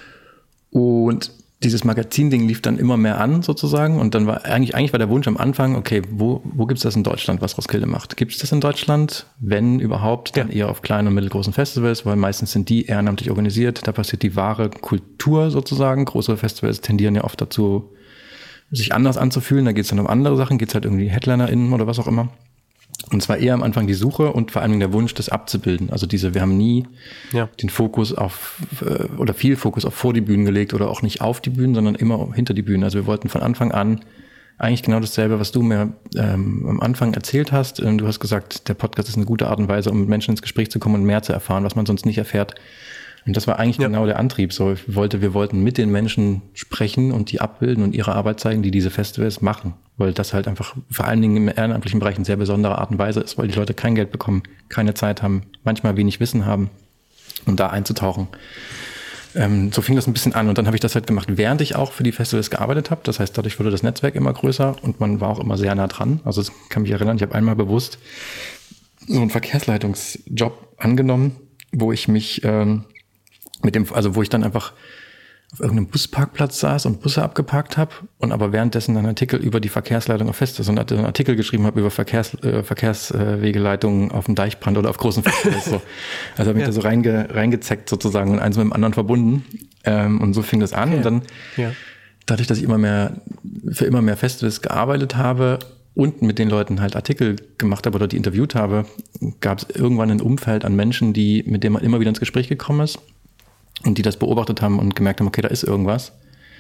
Und dieses Magazin-Ding lief dann immer mehr an sozusagen und dann war eigentlich, eigentlich war der Wunsch am Anfang, okay, wo, wo gibt's das in Deutschland, was Roskilde macht? Gibt's das in Deutschland? Wenn überhaupt, dann ja. eher auf kleinen und mittelgroßen Festivals, weil meistens sind die ehrenamtlich organisiert, da passiert die wahre Kultur sozusagen. Große Festivals tendieren ja oft dazu, sich anders anzufühlen, da geht's dann um andere Sachen, geht's halt irgendwie HeadlinerInnen oder was auch immer. Und zwar eher am Anfang die Suche und vor allem der Wunsch, das abzubilden. Also diese, wir haben nie ja. den Fokus auf, oder viel Fokus auf vor die Bühnen gelegt oder auch nicht auf die Bühnen, sondern immer hinter die Bühnen. Also wir wollten von Anfang an eigentlich genau dasselbe, was du mir ähm, am Anfang erzählt hast. Du hast gesagt, der Podcast ist eine gute Art und Weise, um mit Menschen ins Gespräch zu kommen und mehr zu erfahren, was man sonst nicht erfährt. Und das war eigentlich ja. genau der Antrieb. So, ich wollte, wir wollten mit den Menschen sprechen und die abbilden und ihre Arbeit zeigen, die diese Festivals machen. Weil das halt einfach vor allen Dingen im ehrenamtlichen Bereich eine sehr besondere Art und Weise ist, weil die Leute kein Geld bekommen, keine Zeit haben, manchmal wenig Wissen haben, um da einzutauchen. Ähm, so fing das ein bisschen an und dann habe ich das halt gemacht, während ich auch für die Festivals gearbeitet habe. Das heißt, dadurch wurde das Netzwerk immer größer und man war auch immer sehr nah dran. Also ich kann mich erinnern, ich habe einmal bewusst so einen Verkehrsleitungsjob angenommen, wo ich mich ähm, mit dem, also wo ich dann einfach auf irgendeinem Busparkplatz saß und Busse abgeparkt habe und aber währenddessen einen Artikel über die Verkehrsleitung auf Festivals und einen Artikel geschrieben habe über Verkehrs, äh, Verkehrswegeleitungen auf dem Deichbrand oder auf großen Festivals. So. Also habe ich ja. da so reinge, reingezeckt sozusagen und eins mit dem anderen verbunden. Ähm, und so fing das an. Okay. Und dann, ja. dadurch, dass ich immer mehr für immer mehr Festivals gearbeitet habe und mit den Leuten halt Artikel gemacht habe oder die interviewt habe, gab es irgendwann ein Umfeld an Menschen, die mit denen man immer wieder ins Gespräch gekommen ist. Und die das beobachtet haben und gemerkt haben, okay, da ist irgendwas.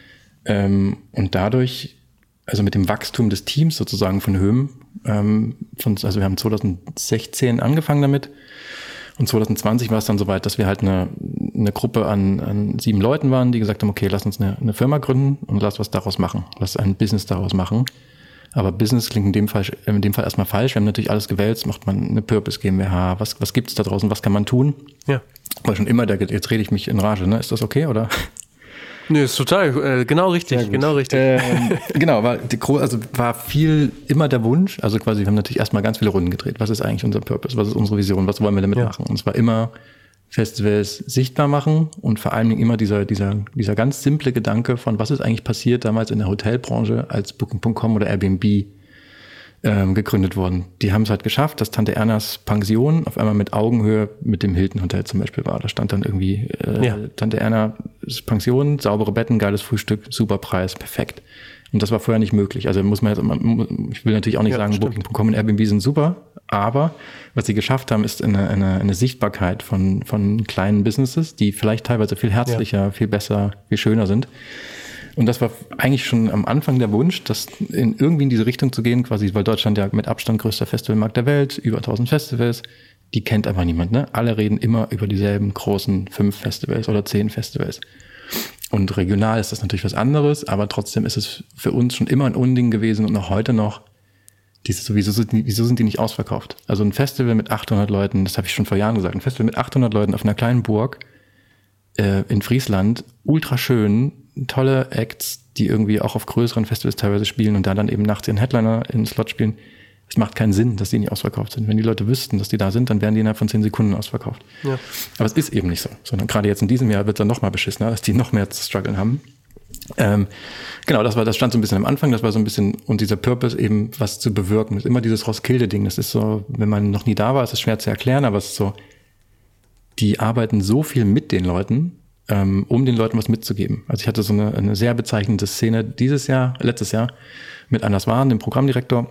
Ähm, und dadurch, also mit dem Wachstum des Teams sozusagen von Höhm, ähm, von, also wir haben zwanzig sechzehn angefangen damit und zwanzig zwanzig war es dann soweit, dass wir halt eine, eine Gruppe an, an sieben Leuten waren, die gesagt haben, okay, lass uns eine, eine Firma gründen und lass was daraus machen, lass ein Business daraus machen. Aber Business klingt in dem Fall, in dem Fall erstmal falsch. Wir haben natürlich alles gewählt, macht man eine Purpose GmbH, was, was gibt es da draußen, was kann man tun? Ja. Weil schon immer, der, jetzt rede ich mich in Rage, ne? Ist das okay, oder? Nee, ist total, äh, genau richtig, genau richtig. Ähm, genau, war, die, also war viel immer der Wunsch, also quasi, wir haben natürlich erstmal ganz viele Runden gedreht. Was ist eigentlich unser Purpose? Was ist unsere Vision? Was wollen wir damit ja. machen? Und es war immer Festivals sichtbar machen und vor allen Dingen immer dieser, dieser, dieser ganz simple Gedanke von, was ist eigentlich passiert damals in der Hotelbranche, als Booking Punkt com oder Airbnb ähm, gegründet wurden. Die haben es halt geschafft, dass Tante Ernas Pension auf einmal mit Augenhöhe mit dem Hilton Hotel zum Beispiel war. Da stand dann irgendwie äh, ja. Tante Ernas Pension, saubere Betten, geiles Frühstück, super Preis, perfekt. Und das war vorher nicht möglich. Also muss man jetzt, ich will natürlich auch nicht ja, sagen, Booking Punkt com und Airbnb sind super, aber was sie geschafft haben, ist eine, eine, eine Sichtbarkeit von, von kleinen Businesses, die vielleicht teilweise viel herzlicher, ja. viel besser, viel schöner sind. Und das war eigentlich schon am Anfang der Wunsch, das in irgendwie in diese Richtung zu gehen, quasi, weil Deutschland ja mit Abstand größter Festivalmarkt der Welt, über tausend Festivals, die kennt aber niemand, ne? Alle reden immer über dieselben großen fünf Festivals oder zehn Festivals. Und regional ist das natürlich was anderes, aber trotzdem ist es für uns schon immer ein Unding gewesen und auch heute noch, dieses, so, wieso, sind die, wieso sind die nicht ausverkauft? Also ein Festival mit achthundert Leuten, das habe ich schon vor Jahren gesagt, ein Festival mit achthundert Leuten auf einer kleinen Burg äh, in Friesland, ultra schön, tolle Acts, die irgendwie auch auf größeren Festivals teilweise spielen und da dann eben nachts ihren Headliner in den Slot spielen. Es macht keinen Sinn, dass die nicht ausverkauft sind. Wenn die Leute wüssten, dass die da sind, dann wären die innerhalb von zehn Sekunden ausverkauft. Ja. Aber es ist eben nicht so. Sondern gerade jetzt in diesem Jahr wird es dann noch mal beschissener, dass die noch mehr zu strugglen haben. Ähm, genau, das war, das stand so ein bisschen am Anfang, das war so ein bisschen, und dieser Purpose eben, was zu bewirken. Das ist immer dieses Roskilde-Ding. Das ist so, wenn man noch nie da war, ist es schwer zu erklären, aber es ist so, die arbeiten so viel mit den Leuten, ähm, um den Leuten was mitzugeben. Also ich hatte so eine, eine sehr bezeichnende Szene dieses Jahr, letztes Jahr, mit Anders Wahn, dem Programmdirektor,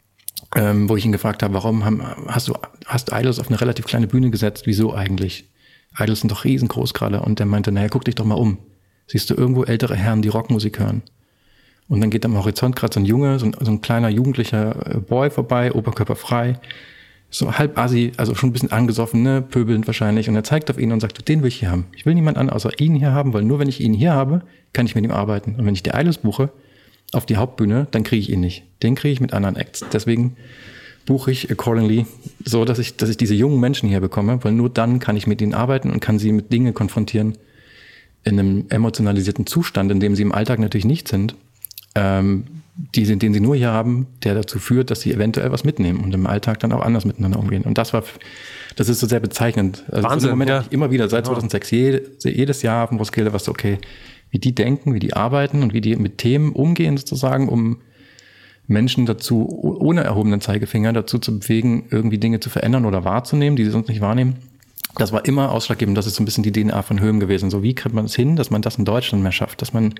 Ähm, wo ich ihn gefragt habe, warum haben, hast du hast Idols auf eine relativ kleine Bühne gesetzt? Wieso eigentlich? Idols sind doch riesengroß gerade. Und der meinte, naja, guck dich doch mal um. Siehst du irgendwo ältere Herren, die Rockmusik hören? Und dann geht am Horizont gerade so ein Junge, so ein, so ein kleiner jugendlicher Boy vorbei, oberkörperfrei, so halb assi, also schon ein bisschen angesoffen, ne, pöbelnd wahrscheinlich. Und er zeigt auf ihn und sagt, den will ich hier haben. Ich will niemand anderen außer ihn hier haben, weil nur wenn ich ihn hier habe, kann ich mit ihm arbeiten. Und wenn ich die Idols buche, auf die Hauptbühne, dann kriege ich ihn nicht. Den kriege ich mit anderen Acts. Deswegen buche ich accordingly so, dass ich, dass ich diese jungen Menschen hier bekomme, weil nur dann kann ich mit ihnen arbeiten und kann sie mit Dingen konfrontieren in einem emotionalisierten Zustand, in dem sie im Alltag natürlich nicht sind, ähm, die, den sie nur hier haben, der dazu führt, dass sie eventuell was mitnehmen und im Alltag dann auch anders miteinander umgehen. Und das war, das ist so sehr bezeichnend. Also Wahnsinn, Moment ja. Immer wieder, seit zweitausendsechs, jede, jedes Jahr auf dem Roskilde, was so, okay, wie die denken, wie die arbeiten und wie die mit Themen umgehen sozusagen, um Menschen dazu, ohne erhobenen Zeigefinger, dazu zu bewegen, irgendwie Dinge zu verändern oder wahrzunehmen, die sie sonst nicht wahrnehmen. Das war immer ausschlaggebend. Das ist so ein bisschen die D N A von Höhm gewesen. So, wie kriegt man es hin, dass man das in Deutschland mehr schafft, dass man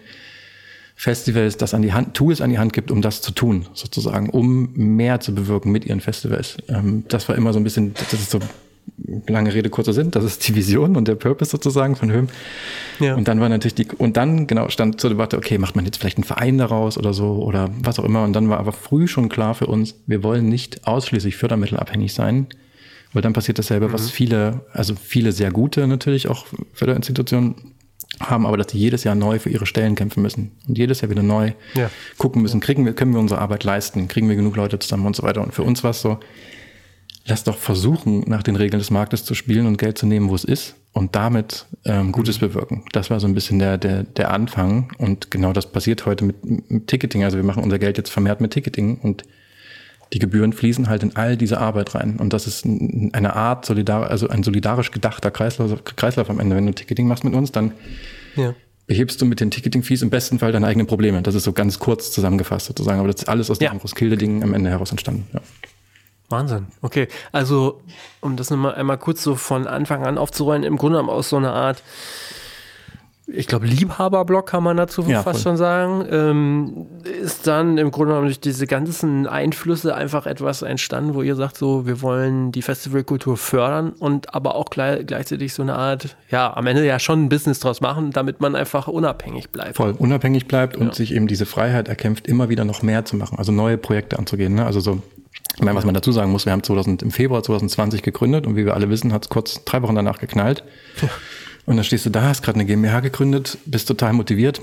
Festivals das an die Hand, Tools an die Hand gibt, um das zu tun, sozusagen, um mehr zu bewirken mit ihren Festivals. Ähm, das war immer so ein bisschen, das ist so, lange Rede, kurzer Sinn, das ist die Vision und der Purpose sozusagen von Höhm. Ja. Und dann war natürlich die, und dann genau stand zur Debatte, okay, macht man jetzt vielleicht einen Verein daraus oder so oder was auch immer. Und dann war aber früh schon klar für uns, wir wollen nicht ausschließlich fördermittelabhängig sein, weil dann passiert dasselbe, mhm. was viele, also viele sehr gute natürlich auch Förderinstitutionen haben, aber dass die jedes Jahr neu für ihre Stellen kämpfen müssen und jedes Jahr wieder neu ja. gucken müssen, kriegen wir, können wir unsere Arbeit leisten, kriegen wir genug Leute zusammen und so weiter. Und für uns war es so, lass doch versuchen, nach den Regeln des Marktes zu spielen und Geld zu nehmen, wo es ist und damit ähm, Gutes bewirken. Das war so ein bisschen der, der, der Anfang und genau das passiert heute mit, mit Ticketing. Also wir machen unser Geld jetzt vermehrt mit Ticketing und die Gebühren fließen halt in all diese Arbeit rein. Und das ist eine Art solidar, also ein solidarisch gedachter Kreislauf, Kreislauf am Ende. Wenn du Ticketing machst mit uns, dann ja. behebst du mit den Ticketing-Fees im besten Fall deine eigenen Probleme. Das ist so ganz kurz zusammengefasst sozusagen. Aber das ist alles aus ja. dem Roskilde-Ding am Ende heraus entstanden. Ja. Wahnsinn. Okay, also um das nochmal einmal kurz so von Anfang an aufzurollen, im Grunde genommen aus so einer Art ich glaube, Liebhaberblock kann man dazu Ja, fast voll. schon sagen, ähm, ist dann im Grunde genommen durch diese ganzen Einflüsse einfach etwas entstanden, wo ihr sagt, so, wir wollen die Festivalkultur fördern und aber auch gleich, gleichzeitig so eine Art, ja, am Ende ja schon ein Business draus machen, damit man einfach unabhängig bleibt. Voll unabhängig bleibt und Ja. sich eben diese Freiheit erkämpft, immer wieder noch mehr zu machen, also neue Projekte anzugehen. Ne? Also so, ich meine, was man dazu sagen muss, wir haben zweitausend, im Februar zwanzig zwanzig gegründet und wie wir alle wissen, hat es kurz drei Wochen danach geknallt. Ja. Und dann stehst du da, hast gerade eine GmbH gegründet, bist total motiviert.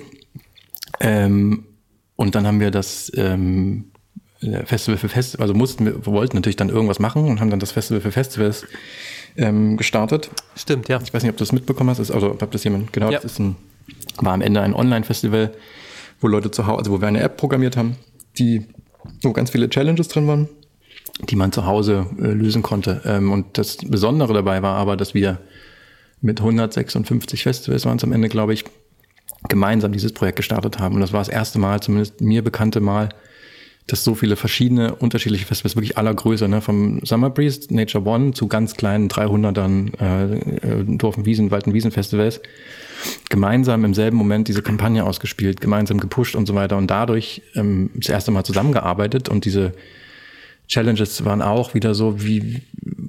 Ähm, und dann haben wir das ähm, Festival für Festivals, also mussten wir, wir wollten natürlich dann irgendwas machen und haben dann das Festival für Festivals ähm, gestartet. Stimmt, ja. Ich weiß nicht, ob du das mitbekommen hast, ist, also ob das jemand, genau, Ja. das ist ein, war am Ende ein Online-Festival, wo Leute zu Hause, also wo wir eine App programmiert haben, die, wo ganz viele Challenges drin waren, die man zu Hause äh, lösen konnte. Ähm, und das Besondere dabei war aber, dass wir mit hundertsechsundfünfzig Festivals waren es am Ende, glaube ich, gemeinsam dieses Projekt gestartet haben. Und das war das erste Mal, zumindest mir bekannte Mal, dass so viele verschiedene, unterschiedliche Festivals, wirklich aller Größe, ne, vom Summer Breeze, Nature One zu ganz kleinen dreihundertern äh, Dorf- und Wiesen, Wald- und Wiesen-Festivals, gemeinsam im selben Moment diese Kampagne ausgespielt, gemeinsam gepusht und so weiter und dadurch ähm, das erste Mal zusammengearbeitet und diese Challenges waren auch wieder so wie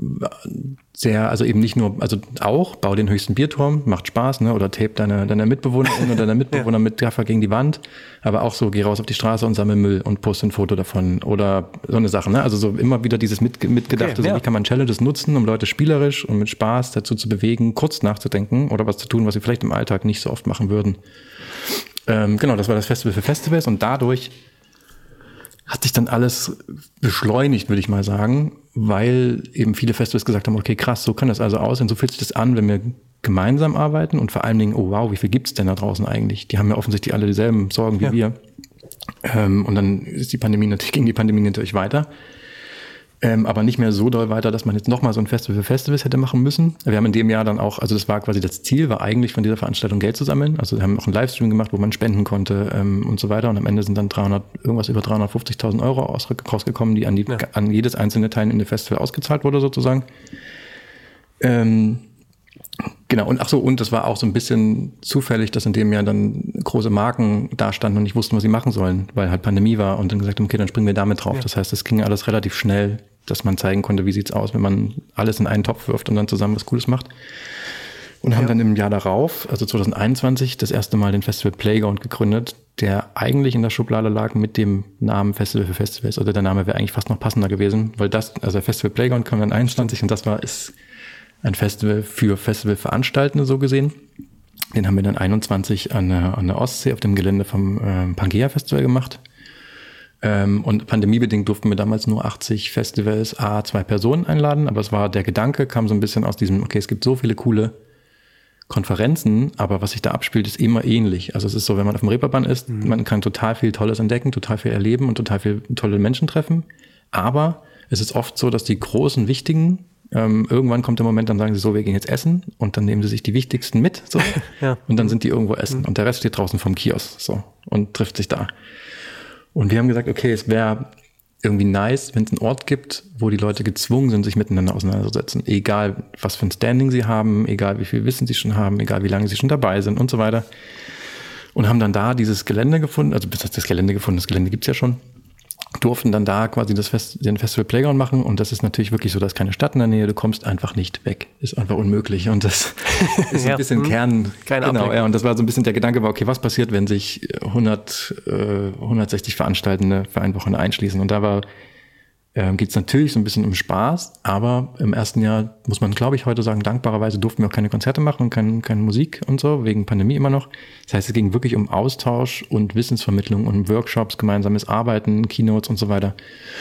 sehr, also eben nicht nur, also auch, bau den höchsten Bierturm, macht Spaß, ne, oder tape deine, deine Mitbewohnerin oder deine Mitbewohner ja. mit Gaffer gegen die Wand, aber auch so, geh raus auf die Straße und sammel Müll und poste ein Foto davon oder so eine Sache, ne, also so immer wieder dieses mit, mitgedachte, okay, so, ja. wie kann man Challenges nutzen, um Leute spielerisch und mit Spaß dazu zu bewegen, kurz nachzudenken oder was zu tun, was sie vielleicht im Alltag nicht so oft machen würden. Ähm, genau, das war das Festival für Festivals und dadurch hat sich dann alles beschleunigt, würde ich mal sagen, weil eben viele Festivals gesagt haben, okay, krass, so kann das also aussehen, so fühlt sich das an, wenn wir gemeinsam arbeiten und vor allen Dingen, oh wow, wie viel gibt's denn da draußen eigentlich? Die haben ja offensichtlich alle dieselben Sorgen wie ja. wir. Ähm, und dann ist die Pandemie natürlich, ging die Pandemie natürlich weiter. Ähm, aber nicht mehr so doll weiter, dass man jetzt nochmal so ein Festival für Festivals hätte machen müssen. Wir haben in dem Jahr dann auch, also das war quasi das Ziel, war eigentlich von dieser Veranstaltung Geld zu sammeln. Also wir haben auch einen Livestream gemacht, wo man spenden konnte ähm, und so weiter. Und am Ende sind dann dreihundert, irgendwas über dreihundertfünfzigtausend Euro rausgekommen, die an, die, ja. an jedes einzelne teilnehmende Festival ausgezahlt wurde sozusagen. Ähm, genau, und ach so, und das war auch so ein bisschen zufällig, dass in dem Jahr dann große Marken da standen und nicht wussten, was sie machen sollen, weil halt Pandemie war und dann gesagt haben, okay, dann springen wir damit drauf. Ja. Das heißt, es ging alles relativ schnell, dass man zeigen konnte, wie sieht's aus, wenn man alles in einen Topf wirft und dann zusammen was Cooles macht. Und haben ja. dann im Jahr darauf, also zwanzig einundzwanzig, das erste Mal den Festival Playground gegründet, der eigentlich in der Schublade lag mit dem Namen Festival für Festivals. Oder der Name wäre eigentlich fast noch passender gewesen, weil das, also der Festival Playground kam dann einundzwanzig und das war, ist ein Festival für Festivalveranstaltende so gesehen. Den haben wir dann einundzwanzig an der, an der Ostsee auf dem Gelände vom äh, Pangea Festival gemacht. Ähm, und pandemiebedingt durften wir damals nur achtzig Festivals, a zwei Personen einladen. Aber es war, der Gedanke kam so ein bisschen aus diesem, okay, es gibt so viele coole Konferenzen, aber was sich da abspielt, ist immer ähnlich. Also es ist so, wenn man auf dem Reeperbahn ist, mhm. man kann total viel Tolles entdecken, total viel erleben und total viel tolle Menschen treffen. Aber es ist oft so, dass die großen, wichtigen, ähm, irgendwann kommt der Moment, dann sagen sie so, wir gehen jetzt essen und dann nehmen sie sich die wichtigsten mit, so. ja. Und dann sind die irgendwo essen mhm. und der Rest steht draußen vom Kiosk, so, und trifft sich da. Und wir haben gesagt, okay, es wäre irgendwie nice, wenn es einen Ort gibt, wo die Leute gezwungen sind, sich miteinander auseinanderzusetzen. Egal, was für ein Standing sie haben, egal, wie viel Wissen sie schon haben, egal, wie lange sie schon dabei sind und so weiter. Und haben dann da dieses Gelände gefunden, also bis das Gelände gefunden, das Gelände gibt's ja schon, durften dann da quasi das Fest, den Festival Playground machen. Und das ist natürlich wirklich so, da ist keine Stadt in der Nähe, du kommst einfach nicht weg. Ist einfach unmöglich. Und das ist ja, ein bisschen hm, Kern. Kein genau, ja, und das war so ein bisschen der Gedanke, war, okay, was passiert, wenn sich hundert, äh, hundertsechzig Veranstaltende für ein Wochenende einschließen? Und da war, äh, geht es natürlich so ein bisschen um Spaß, aber im ersten Jahr muss man, glaube ich, heute sagen, dankbarerweise durften wir auch keine Konzerte machen und kein, keine Musik und so, wegen Pandemie immer noch. Das heißt, es ging wirklich um Austausch und Wissensvermittlung und Workshops, gemeinsames Arbeiten, Keynotes und so weiter.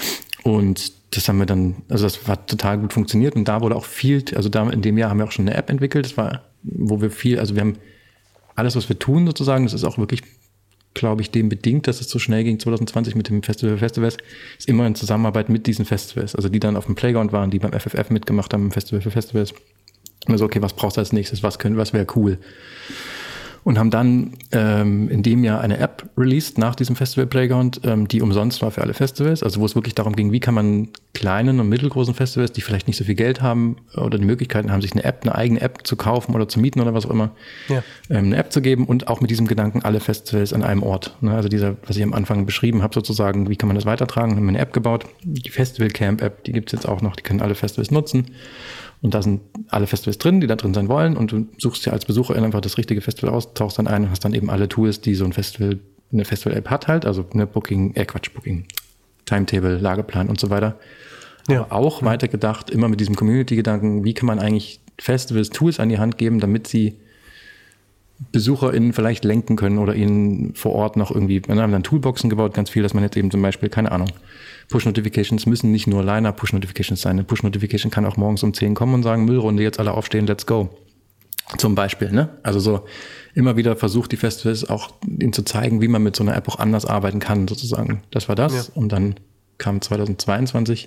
Und das haben wir dann, also das hat total gut funktioniert und da wurde auch viel, also da in dem Jahr haben wir auch schon eine App entwickelt, das war, wo wir viel, also wir haben alles, was wir tun sozusagen, das ist auch wirklich, glaube ich, dem bedingt, dass es so schnell ging, zwanzig zwanzig mit dem Festival Festivals, ist immer in Zusammenarbeit mit diesen Festivals, also die dann auf dem Playground waren, die beim F F F mitgemacht haben, im Festival für Festivals. Und so, okay, was brauchst du als nächstes, was können, was wäre cool? und haben dann ähm, in dem Jahr eine App released nach diesem Festival Playground, ähm, die umsonst war für alle Festivals, also wo es wirklich darum ging, wie kann man kleinen und mittelgroßen Festivals, die vielleicht nicht so viel Geld haben oder die Möglichkeiten haben, sich eine App, eine eigene App zu kaufen oder zu mieten oder was auch immer, ja. ähm, eine App zu geben und auch mit diesem Gedanken alle Festivals an einem Ort. Ne? Also dieser, was ich am Anfang beschrieben habe sozusagen, wie kann man das weitertragen, haben wir eine App gebaut, die Festival Camp App, die gibt's jetzt auch noch, die können alle Festivals nutzen. Und da sind alle Festivals drin, die da drin sein wollen. Und du suchst dir als Besucherin einfach das richtige Festival aus, tauchst dann ein und hast dann eben alle Tools, die so ein Festival, eine Festival-App hat halt. Also eine Booking, äh Quatsch, Booking, Timetable, Lageplan und so weiter. Ja. Aber auch ja. weitergedacht, immer mit diesem Community-Gedanken, wie kann man eigentlich Festivals Tools an die Hand geben, damit sie BesucherInnen vielleicht lenken können oder ihnen vor Ort noch irgendwie, wir haben dann Toolboxen gebaut, ganz viel, dass man jetzt eben zum Beispiel, keine Ahnung, Push-Notifications müssen nicht nur Liner-Push-Notifications sein. Eine Push-Notification kann auch morgens um zehn kommen und sagen, Müllrunde, jetzt alle aufstehen, let's go. Zum Beispiel, ne? Also so immer wieder versucht die Festivals auch ihnen zu zeigen, wie man mit so einer App auch anders arbeiten kann, sozusagen. Das war das. Ja. Und dann kam zweitausendzweiundzwanzig,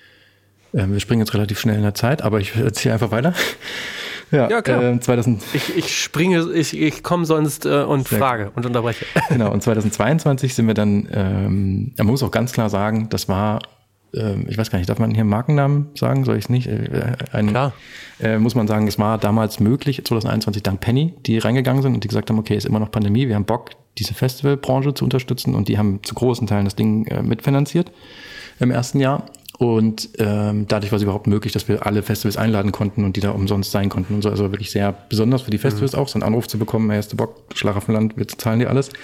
äh, wir springen jetzt relativ schnell in der Zeit, aber ich erzähle einfach weiter. Ja, ja, klar. Äh, zweitausend ich, ich springe, ich, ich komme sonst äh, und Sehr frage gut. und unterbreche. Genau, und zweitausendzweiundzwanzig sind wir dann, ähm, man muss auch ganz klar sagen, das war, äh, ich weiß gar nicht, darf man hier Markennamen sagen? Soll ich es nicht? Äh, ein, klar. Äh, muss man sagen, es war damals möglich, zweitausendeinundzwanzig dank Penny, die reingegangen sind und die gesagt haben, okay, ist immer noch Pandemie, wir haben Bock, diese Festivalbranche zu unterstützen und die haben zu großen Teilen das Ding äh, mitfinanziert im ersten Jahr. Und ähm, dadurch war es überhaupt möglich, dass wir alle Festivals einladen konnten und die da umsonst sein konnten und so. Also wirklich sehr besonders für die Festivals mhm. auch, so einen Anruf zu bekommen, hey, hast du Bock, Schlaraffenland, wir zahlen dir alles.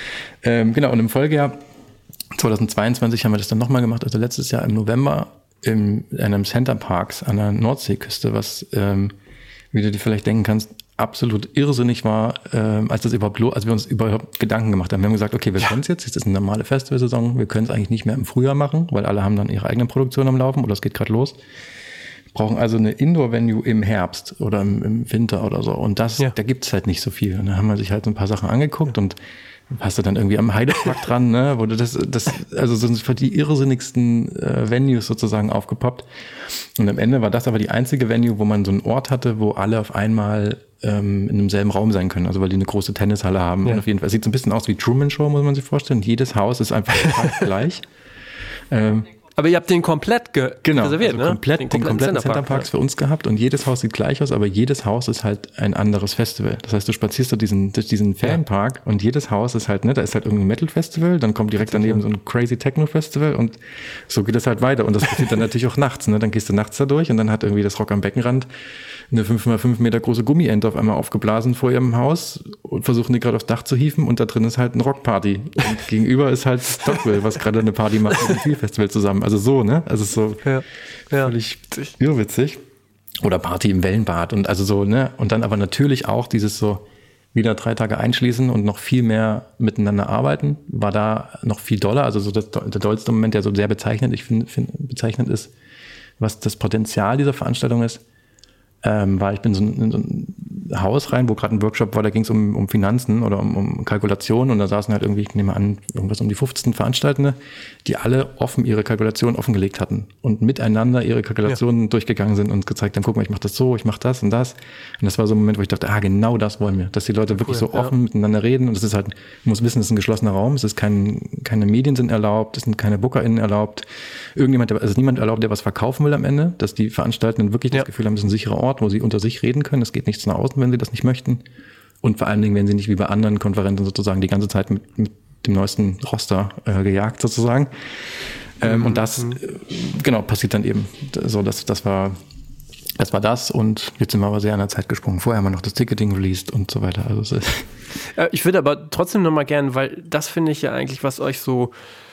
Ähm, genau, und im Folgejahr zweitausendzweiundzwanzig haben wir das dann nochmal gemacht, also letztes Jahr im November in einem Center Parks an der Nordseeküste, was, ähm, wie du dir vielleicht denken kannst, absolut irrsinnig war, ähm, als das überhaupt lo- als wir uns überhaupt Gedanken gemacht haben. Wir haben gesagt, okay, wir ja. können es jetzt, jetzt ist eine normale Festivalsaison, wir können es eigentlich nicht mehr im Frühjahr machen, weil alle haben dann ihre eigene Produktion am Laufen oder es geht gerade los. Wir brauchen also eine Indoor-Venue im Herbst oder im, im Winter oder so. Und das, ja. da gibt's halt nicht so viel. Und da haben wir sich halt so ein paar Sachen angeguckt ja. und hast du dann irgendwie am Heidepark dran, ne, wo du das, das, also sind für die irrsinnigsten äh, Venues sozusagen aufgepoppt. Und am Ende war das aber die einzige Venue, wo man so einen Ort hatte, wo alle auf einmal ähm, in demselben Raum sein können. Also weil die eine große Tennishalle haben. Ja. Und auf jeden Fall, es sieht so ein bisschen aus wie Truman Show, muss man sich vorstellen. Jedes Haus ist einfach gleich. Ähm, Aber ihr habt den komplett ge- genau, reserviert, also ne? Komplett, den, den kompletten Centerparks Center ja. für uns gehabt und jedes Haus sieht gleich aus, aber jedes Haus ist halt ein anderes Festival. Das heißt, du spazierst durch diesen, durch diesen Fanpark ja. und jedes Haus ist halt, ne, da ist halt irgendein Metal-Festival, dann kommt direkt daneben so ein crazy Techno-Festival und so geht es halt weiter. Und das passiert dann natürlich auch nachts, ne? Dann gehst du nachts da durch und dann hat irgendwie das Rock am Beckenrand eine fünf mal fünf Meter große Gummiente auf einmal aufgeblasen vor ihrem Haus und versuchen die gerade aufs Dach zu hieven und da drin ist halt ein Rockparty. Und gegenüber ist halt Stockwell, was gerade eine Party macht mit dem Feel-Festival zusammen. Also so, ne? Also so ja. Ja. völlig irrwitzig. Oder Party im Wellenbad und also so, ne? Und dann aber natürlich auch dieses so wieder drei Tage einschließen und noch viel mehr miteinander arbeiten, war da noch viel doller. Also so das, der dollste Moment, der so sehr bezeichnet, ich finde, find, bezeichnet ist, was das Potenzial dieser Veranstaltung ist, ähm, war ich bin so in, in so ein Haus rein, wo gerade ein Workshop war, da ging es um, um Finanzen oder um, um Kalkulationen und da saßen halt irgendwie, ich nehme an, irgendwas um die fünfzehn Veranstaltende, die alle offen ihre Kalkulationen offengelegt hatten und miteinander ihre Kalkulationen ja. durchgegangen sind und gezeigt haben, guck mal, ich mache das so, ich mache das und das. Und das war so ein Moment, wo ich dachte, ah, genau das wollen wir, dass die Leute wirklich cool, so offen ja. miteinander reden und es ist halt, man muss wissen, es ist ein geschlossener Raum, es ist kein, keine Medien sind erlaubt, es sind keine BookerInnen erlaubt, irgendjemand, der, also niemand erlaubt, der was verkaufen will am Ende, dass die Veranstaltenden wirklich ja. das Gefühl haben, es ist ein sicherer Ort, wo sie unter sich reden können, es geht nichts nach außen, wenn sie das nicht möchten. Und vor allen Dingen, wenn sie nicht wie bei anderen Konferenzen sozusagen die ganze Zeit mit, mit dem neuesten Roster äh, gejagt sozusagen. Ähm, mhm. Und das, äh, genau, passiert dann eben. So, das, das war, das war das und jetzt sind wir aber sehr an der Zeit gesprungen. Vorher haben wir noch das Ticketing released und so weiter. Also es ist ich würde aber trotzdem nochmal gern, weil das finde ich ja eigentlich, was euch so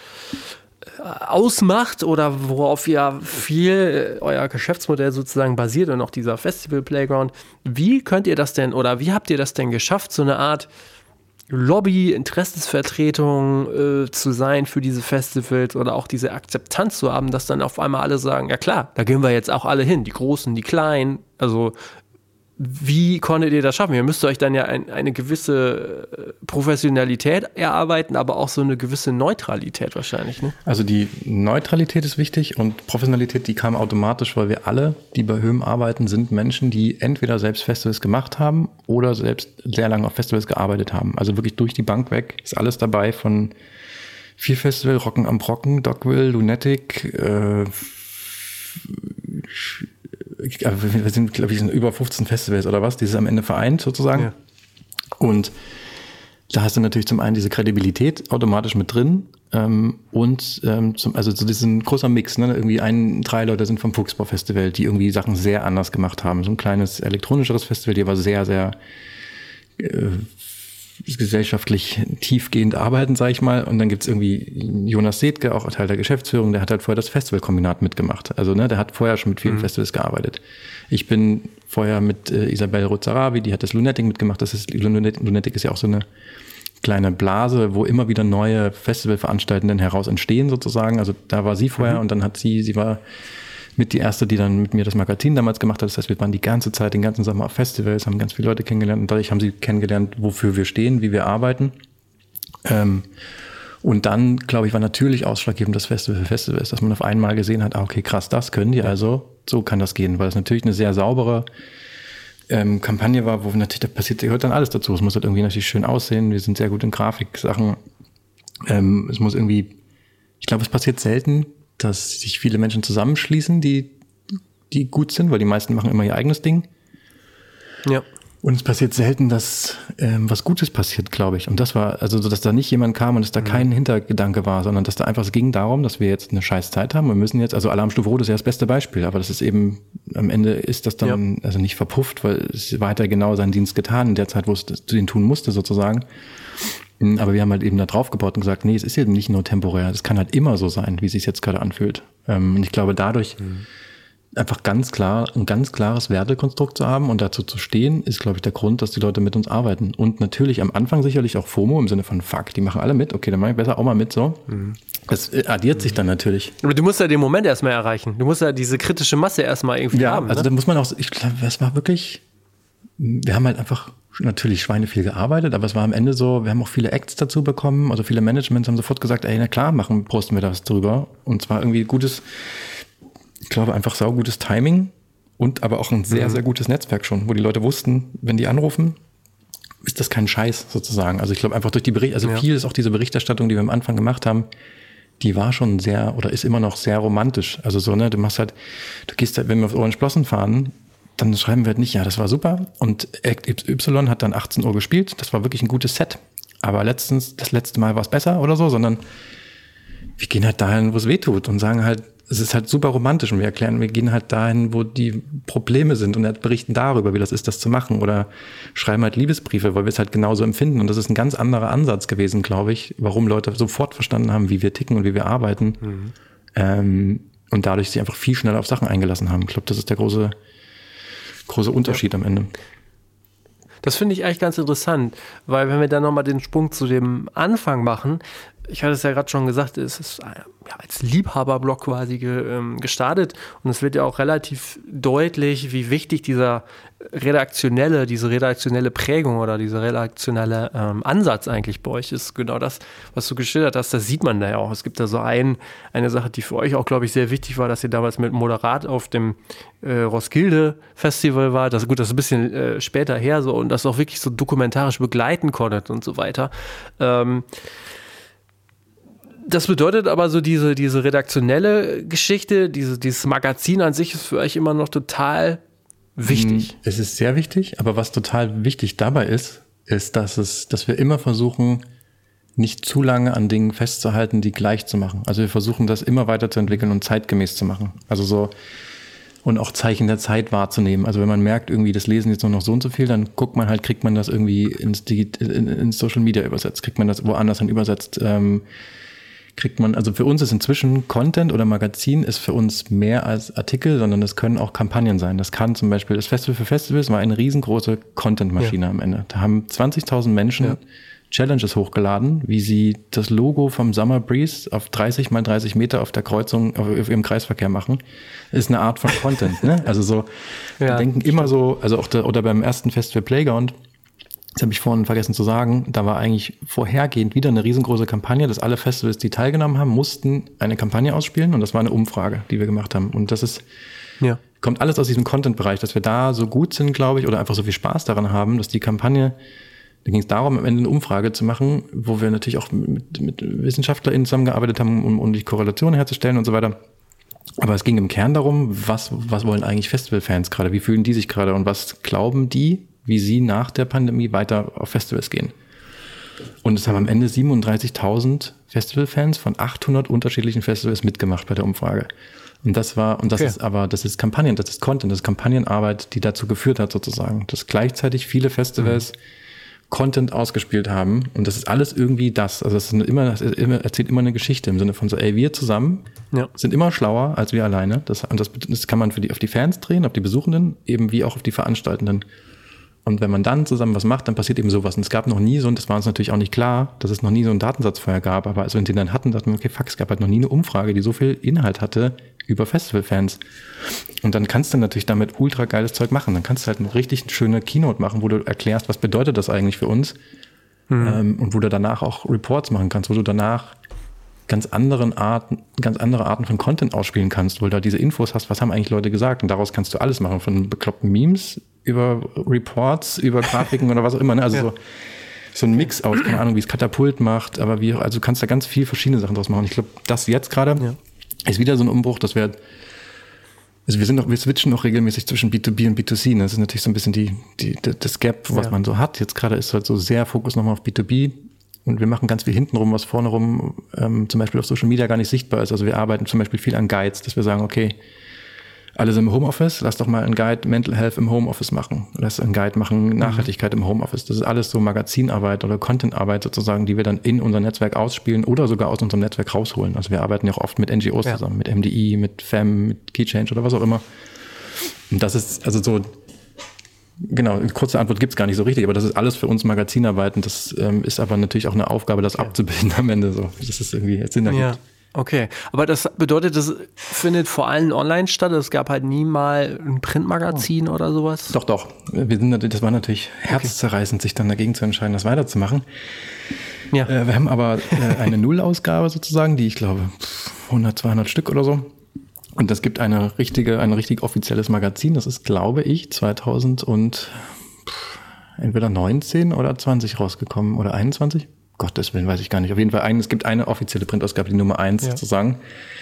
ausmacht oder worauf ja viel euer Geschäftsmodell sozusagen basiert und auch dieser Festival Playground. Wie könnt ihr das denn oder wie habt ihr das denn geschafft, so eine Art Lobby, Interessensvertretung äh, zu sein für diese Festivals oder auch diese Akzeptanz zu haben, dass dann auf einmal alle sagen, ja klar, da gehen wir jetzt auch alle hin, die Großen, die Kleinen, also wie konntet ihr das schaffen? Ihr müsst euch dann ja ein, eine gewisse Professionalität erarbeiten, aber auch so eine gewisse Neutralität wahrscheinlich, ne? Also die Neutralität ist wichtig und Professionalität, die kam automatisch, weil wir alle, die bei Höhm arbeiten, sind Menschen, die entweder selbst Festivals gemacht haben oder selbst sehr lange auf Festivals gearbeitet haben. Also wirklich durch die Bank weg ist alles dabei, von Vier Festival, Rocken am Brocken, Dogville, Lunatic, äh, wir sind, glaube ich, sind über fünfzehn Festivals oder was, die ist am Ende vereint sozusagen. Ja. Und da hast du natürlich zum einen diese Kredibilität automatisch mit drin ähm, und ähm, zum, also so diesen großer Mix, ne? Irgendwie ein, drei Leute sind vom Fuchsbau Festival, die irgendwie Sachen sehr anders gemacht haben. So ein kleines elektronischeres Festival, die aber sehr, sehr äh, gesellschaftlich tiefgehend arbeiten, sage ich mal. Und dann gibt's irgendwie Jonas Setke, auch Teil der Geschäftsführung, der hat halt vorher das Festivalkombinat mitgemacht. Also ne, der hat vorher schon mit vielen mhm. Festivals gearbeitet. Ich bin vorher mit äh, Isabel Rozarabi, die hat das Lunatic mitgemacht. Das ist, Lunatic ist ja auch so eine kleine Blase, wo immer wieder neue Festivalveranstaltenden heraus entstehen sozusagen. Also da war sie vorher mhm. und dann hat sie, sie war mit die erste, die dann mit mir das Magazin damals gemacht hat. Das heißt, wir waren die ganze Zeit, den ganzen Sommer auf Festivals, haben ganz viele Leute kennengelernt und dadurch haben sie kennengelernt, wofür wir stehen, wie wir arbeiten. Ähm, und dann, glaube ich, war natürlich ausschlaggebend das Festival für Festival ist, dass man auf einmal gesehen hat, ah, okay, krass, das können die, also so kann das gehen, weil es natürlich eine sehr saubere ähm, Kampagne war, wo natürlich, da passiert, gehört dann alles dazu. Es muss halt irgendwie natürlich schön aussehen, wir sind sehr gut in Grafiksachen. Ähm, es muss irgendwie, ich glaube, es passiert selten, dass sich viele Menschen zusammenschließen, die, die gut sind, weil die meisten machen immer ihr eigenes Ding. Ja. Und es passiert selten, dass ähm, was Gutes passiert, glaube ich. Und das war, also so, dass da nicht jemand kam und dass da mhm. kein Hintergedanke war, sondern dass da einfach, es ging darum, dass wir jetzt eine scheiß Zeit haben. Wir müssen jetzt, also Alarmstufe Rot ist ja das beste Beispiel, aber das ist eben, am Ende ist das dann ja. also nicht verpufft, weil es war weiter genau seinen Dienst getan in der Zeit, wo es den tun musste sozusagen. Aber wir haben halt eben da drauf gebaut und gesagt, nee, es ist eben nicht nur temporär, es kann halt immer so sein, wie es sich jetzt gerade anfühlt. Und ich glaube, dadurch mhm. einfach ganz klar, ein ganz klares Wertekonstrukt zu haben und dazu zu stehen, ist, glaube ich, der Grund, dass die Leute mit uns arbeiten. Und natürlich am Anfang sicherlich auch FOMO im Sinne von, fuck, die machen alle mit, okay, dann mache ich besser auch mal mit, so. Mhm. Das addiert mhm. sich dann natürlich. Aber du musst ja den Moment erstmal erreichen. Du musst ja diese kritische Masse erstmal irgendwie ja, haben. Also ne? da muss man auch, ich glaube, das war wirklich, wir haben halt einfach natürlich Schweine viel gearbeitet, aber es war am Ende so, wir haben auch viele Acts dazu bekommen, also viele Managements haben sofort gesagt, ey, na klar, machen, posten wir das drüber. Und zwar irgendwie gutes, ich glaube einfach saugutes Timing und aber auch ein sehr, mhm. sehr gutes Netzwerk schon, wo die Leute wussten, wenn die anrufen, ist das kein Scheiß sozusagen. Also ich glaube einfach durch die Bericht, also ja. viel ist auch diese Berichterstattung, die wir am Anfang gemacht haben, die war schon sehr oder ist immer noch sehr romantisch. Also so, ne, du machst halt, du gehst halt, wenn wir auf Orange Blossom fahren, dann schreiben wir halt nicht, ja, das war super. Und Act Y hat dann achtzehn Uhr gespielt. Das war wirklich ein gutes Set. Aber letztens, das letzte Mal war es besser oder so, sondern wir gehen halt dahin, wo es weh tut und sagen halt, es ist halt super romantisch und wir erklären, wir gehen halt dahin, wo die Probleme sind und berichten darüber, wie das ist, das zu machen oder schreiben halt Liebesbriefe, weil wir es halt genauso empfinden. Und das ist ein ganz anderer Ansatz gewesen, glaube ich, warum Leute sofort verstanden haben, wie wir ticken und wie wir arbeiten. Mhm. Ähm, und dadurch sich einfach viel schneller auf Sachen eingelassen haben. Ich glaube, das ist der große großer Unterschied ja. am Ende. Das finde ich eigentlich ganz interessant, weil wenn wir dann nochmal den Sprung zu dem Anfang machen, ich hatte es ja gerade schon gesagt, es ist ja, als Liebhaberblog quasi ge, ähm, gestartet und es wird ja auch relativ deutlich, wie wichtig dieser redaktionelle, diese redaktionelle Prägung oder dieser redaktionelle ähm, Ansatz eigentlich bei euch ist. Genau das, was du geschildert hast, das sieht man da ja auch. Es gibt da so ein, eine Sache, die für euch auch, glaube ich, sehr wichtig war, dass ihr damals mit Moderat auf dem äh, Roskilde Festival wart. Das, gut, das ist ein bisschen äh, später her so und das auch wirklich so dokumentarisch begleiten konntet und so weiter. Ähm, Das bedeutet aber so diese, diese redaktionelle Geschichte, diese, dieses Magazin an sich ist für euch immer noch total wichtig. Es ist sehr wichtig, aber was total wichtig dabei ist, ist, dass es, dass wir immer versuchen, nicht zu lange an Dingen festzuhalten, die gleich zu machen. Also wir versuchen, das immer weiterzuentwickeln und zeitgemäß zu machen. Also so, und auch Zeichen der Zeit wahrzunehmen. Also wenn man merkt, irgendwie, das lesen jetzt nur noch so und so viel, dann guckt man halt, kriegt man das irgendwie ins, Digit- in, ins Social Media übersetzt, kriegt man das woanders hin übersetzt, ähm, kriegt man, also für uns ist inzwischen Content oder Magazin ist für uns mehr als Artikel, sondern das können auch Kampagnen sein. Das kann zum Beispiel, das Festival für Festivals war eine riesengroße Content-Maschine ja. am Ende. Da haben zwanzigtausend Menschen ja. Challenges hochgeladen, wie sie das Logo vom Summer Breeze auf dreißig mal dreißig Meter auf der Kreuzung, auf, auf ihrem Kreisverkehr machen. Ist eine Art von Content, ne? Also so, ja, wir denken immer so, also auch der, oder beim ersten Festival Playground, das habe ich vorhin vergessen zu sagen, da war eigentlich vorhergehend wieder eine riesengroße Kampagne, dass alle Festivals, die teilgenommen haben, mussten eine Kampagne ausspielen und das war eine Umfrage, die wir gemacht haben. Und das ist, ja. kommt alles aus diesem Content-Bereich, dass wir da so gut sind, glaube ich, oder einfach so viel Spaß daran haben, dass die Kampagne, da ging es darum, am Ende eine Umfrage zu machen, wo wir natürlich auch mit, mit WissenschaftlerInnen zusammengearbeitet haben, um, um die Korrelationen herzustellen und so weiter. Aber es ging im Kern darum, was, was wollen eigentlich Festivalfans gerade, wie fühlen die sich gerade und was glauben die, wie sie nach der Pandemie weiter auf Festivals gehen. Und es haben am Ende siebenunddreißigtausend Festivalfans von achthundert unterschiedlichen Festivals mitgemacht bei der Umfrage. Und das war, und das okay. ist aber, das ist Kampagnen, das ist Content, das ist Kampagnenarbeit, die dazu geführt hat sozusagen, dass gleichzeitig viele Festivals mhm. Content ausgespielt haben. Und das ist alles irgendwie das. Also das ist immer, das ist immer, erzählt immer eine Geschichte im Sinne von so, ey, wir zusammen ja. sind immer schlauer als wir alleine. Das, und das, das kann man für die, auf die Fans drehen, auf die Besuchenden, eben wie auch auf die Veranstaltenden. Und wenn man dann zusammen was macht, dann passiert eben sowas. Und es gab noch nie so, und das war uns natürlich auch nicht klar, dass es noch nie so einen Datensatz vorher gab. Aber als wir den dann hatten, dachten wir, okay, fuck, es gab halt noch nie eine Umfrage, die so viel Inhalt hatte über Festivalfans. Und dann kannst du natürlich damit ultra geiles Zeug machen. Dann kannst du halt eine richtig schöne Keynote machen, wo du erklärst, was bedeutet das eigentlich für uns. Mhm. Ähm, und wo du danach auch Reports machen kannst, wo du danach ganz anderen Arten, ganz andere Arten von Content ausspielen kannst, wo du da diese Infos hast, was haben eigentlich Leute gesagt. Und daraus kannst du alles machen, von bekloppten Memes über Reports, über Grafiken oder was auch immer. Ne? Also ja. so, so ein Mix aus, keine Ahnung, wie es Katapult macht, aber wie, also du kannst da ganz viel verschiedene Sachen draus machen. Ich glaube, das jetzt gerade ja. ist wieder so ein Umbruch, dass wir, also wir sind noch, wir switchen noch regelmäßig zwischen B zwei B und B zwei C. Ne? Das ist natürlich so ein bisschen die, die, das Gap, was ja. man so hat. Jetzt gerade ist halt so sehr Fokus nochmal auf B zwei B. Und wir machen ganz viel hintenrum, was vorne rum ähm, zum Beispiel auf Social Media gar nicht sichtbar ist. Also wir arbeiten zum Beispiel viel an Guides, dass wir sagen, okay, alle sind im Homeoffice, lass doch mal einen Guide Mental Health im Homeoffice machen. Lass einen Guide machen Nachhaltigkeit mhm. im Homeoffice. Das ist alles so Magazinarbeit oder Contentarbeit sozusagen, die wir dann in unser Netzwerk ausspielen oder sogar aus unserem Netzwerk rausholen. Also wir arbeiten ja auch oft mit N G Os ja. zusammen, mit M D I, mit F E M, mit Keychange oder was auch immer. Und das ist also so, genau, kurze Antwort gibt's gar nicht so richtig, aber das ist alles für uns Magazinarbeit und das ähm, ist aber natürlich auch eine Aufgabe, das ja. abzubilden am Ende so. Das ist irgendwie jetzt Sinn ergibt. Ja. Okay, aber das bedeutet, das findet vor allem online statt. Es gab halt nie mal ein Printmagazin oh. oder sowas? Doch, doch. Wir sind natürlich, das war natürlich herzzerreißend, sich dann dagegen zu entscheiden, das weiterzumachen. Ja. Äh, wir haben aber äh, eine Nullausgabe sozusagen, die ich glaube hundert, zweihundert Stück oder so. Und das gibt eine richtige, ein richtig offizielles Magazin. Das ist, glaube ich, zweitausend und pff, entweder neunzehn oder zwanzig rausgekommen oder einundzwanzig. Gottes Willen, weiß ich gar nicht. Auf jeden Fall, ein, es gibt eine offizielle Printausgabe, die Nummer eins ja. sozusagen.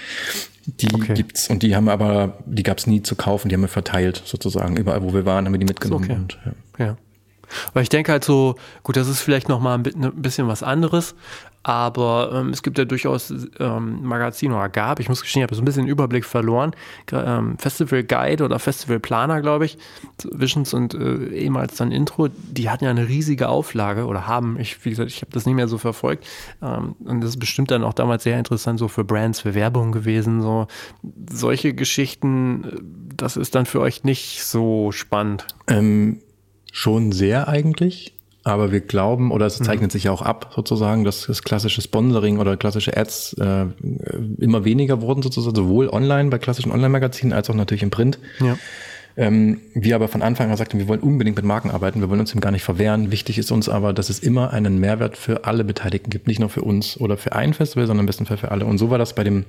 Die okay. gibt's und die haben aber, die gab's nie zu kaufen, die haben wir verteilt sozusagen. Überall, wo wir waren, haben wir die mitgenommen. Okay. Und, ja. ja. Weil ich denke halt so, gut, das ist vielleicht nochmal ein bisschen was anderes, aber ähm, es gibt ja durchaus ähm, Magazine oder gab, ich muss gestehen, ich habe so ein bisschen den Überblick verloren, ähm, Festival Guide oder Festival Planer, glaube ich, Visions und äh, ehemals dann Intro, die hatten ja eine riesige Auflage oder haben, ich wie gesagt, ich habe das nicht mehr so verfolgt ähm, und das ist bestimmt dann auch damals sehr interessant so für Brands, für Werbung gewesen, so solche Geschichten, das ist dann für euch nicht so spannend. Ähm Schon sehr eigentlich, aber wir glauben, oder es zeichnet mhm. sich ja auch ab sozusagen, dass das klassische Sponsoring oder klassische Ads äh, immer weniger wurden sozusagen, sowohl online bei klassischen Online-Magazinen als auch natürlich im Print. Ja. Ähm, wir aber von Anfang an sagten, wir wollen unbedingt mit Marken arbeiten, wir wollen uns dem gar nicht verwehren. Wichtig ist uns aber, dass es immer einen Mehrwert für alle Beteiligten gibt, nicht nur für uns oder für ein Festival, sondern im besten Fall für alle. Und so war das bei dem,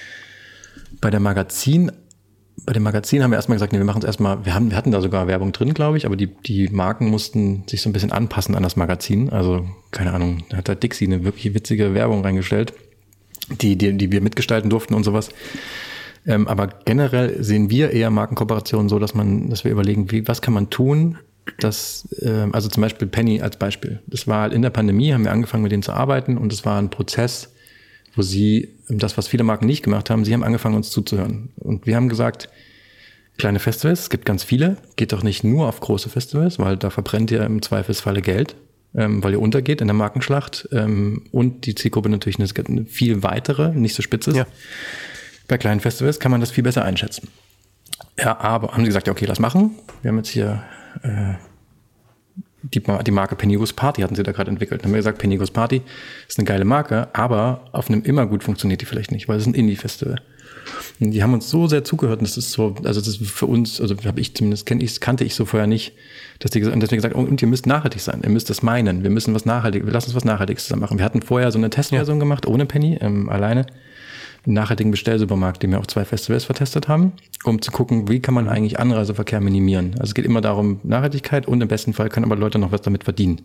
bei der Magazin. Bei dem Magazin haben wir erstmal gesagt, nee, wir machen es erstmal, wir haben, wir hatten da sogar Werbung drin, glaube ich, aber die, die Marken mussten sich so ein bisschen anpassen an das Magazin. Also, keine Ahnung, da hat da Dixie eine wirklich witzige Werbung reingestellt, die, die, die wir mitgestalten durften und sowas. Ähm, aber generell sehen wir eher Markenkooperationen so, dass man, dass wir überlegen, wie, was kann man tun, dass, äh, also zum Beispiel Penny als Beispiel. Das war halt in der Pandemie, haben wir angefangen mit denen zu arbeiten und es war ein Prozess, wo sie, das, was viele Marken nicht gemacht haben, sie haben angefangen, uns zuzuhören. Und wir haben gesagt, kleine Festivals, es gibt ganz viele, geht doch nicht nur auf große Festivals, weil da verbrennt ihr im Zweifelsfalle Geld, ähm, weil ihr untergeht in der Markenschlacht ähm, und die Zielgruppe natürlich eine, eine viel weitere, nicht so spitz ist. Ja. Bei kleinen Festivals kann man das viel besser einschätzen. Ja, aber haben sie gesagt, ja, okay, lass machen. Wir haben jetzt hier äh, die, die Marke Penny Goes Party hatten sie da gerade entwickelt. Dann haben wir gesagt, Penny Goes Party ist eine geile Marke, aber auf einem Immergut funktioniert die vielleicht nicht, weil es ist ein Indie-Festival. Und die haben uns so sehr zugehört und das ist so, also das ist für uns, also habe ich zumindest, kenn ich, kannte ich so vorher nicht, dass die dass wir gesagt haben, und ihr müsst nachhaltig sein, ihr müsst das meinen, wir müssen was nachhaltig, wir lassen uns was Nachhaltiges zusammen machen. Wir hatten vorher so eine Testversion ja. gemacht, ohne Penny, ähm, alleine, einen nachhaltigen Bestellsupermarkt, den wir auch zwei Festivals vertestet haben, um zu gucken, wie kann man eigentlich Anreiseverkehr minimieren. Also es geht immer darum, Nachhaltigkeit und im besten Fall können aber Leute noch was damit verdienen.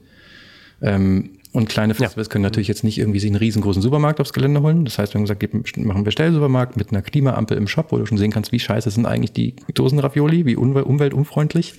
Ähm, und kleine Festivals ja. können natürlich jetzt nicht irgendwie sich einen riesengroßen Supermarkt aufs Gelände holen. Das heißt, wir haben gesagt, wir machen einen Bestellsupermarkt mit einer Klimaampel im Shop, wo du schon sehen kannst, wie scheiße sind eigentlich die Dosenravioli, wie umwel- umweltunfreundlich.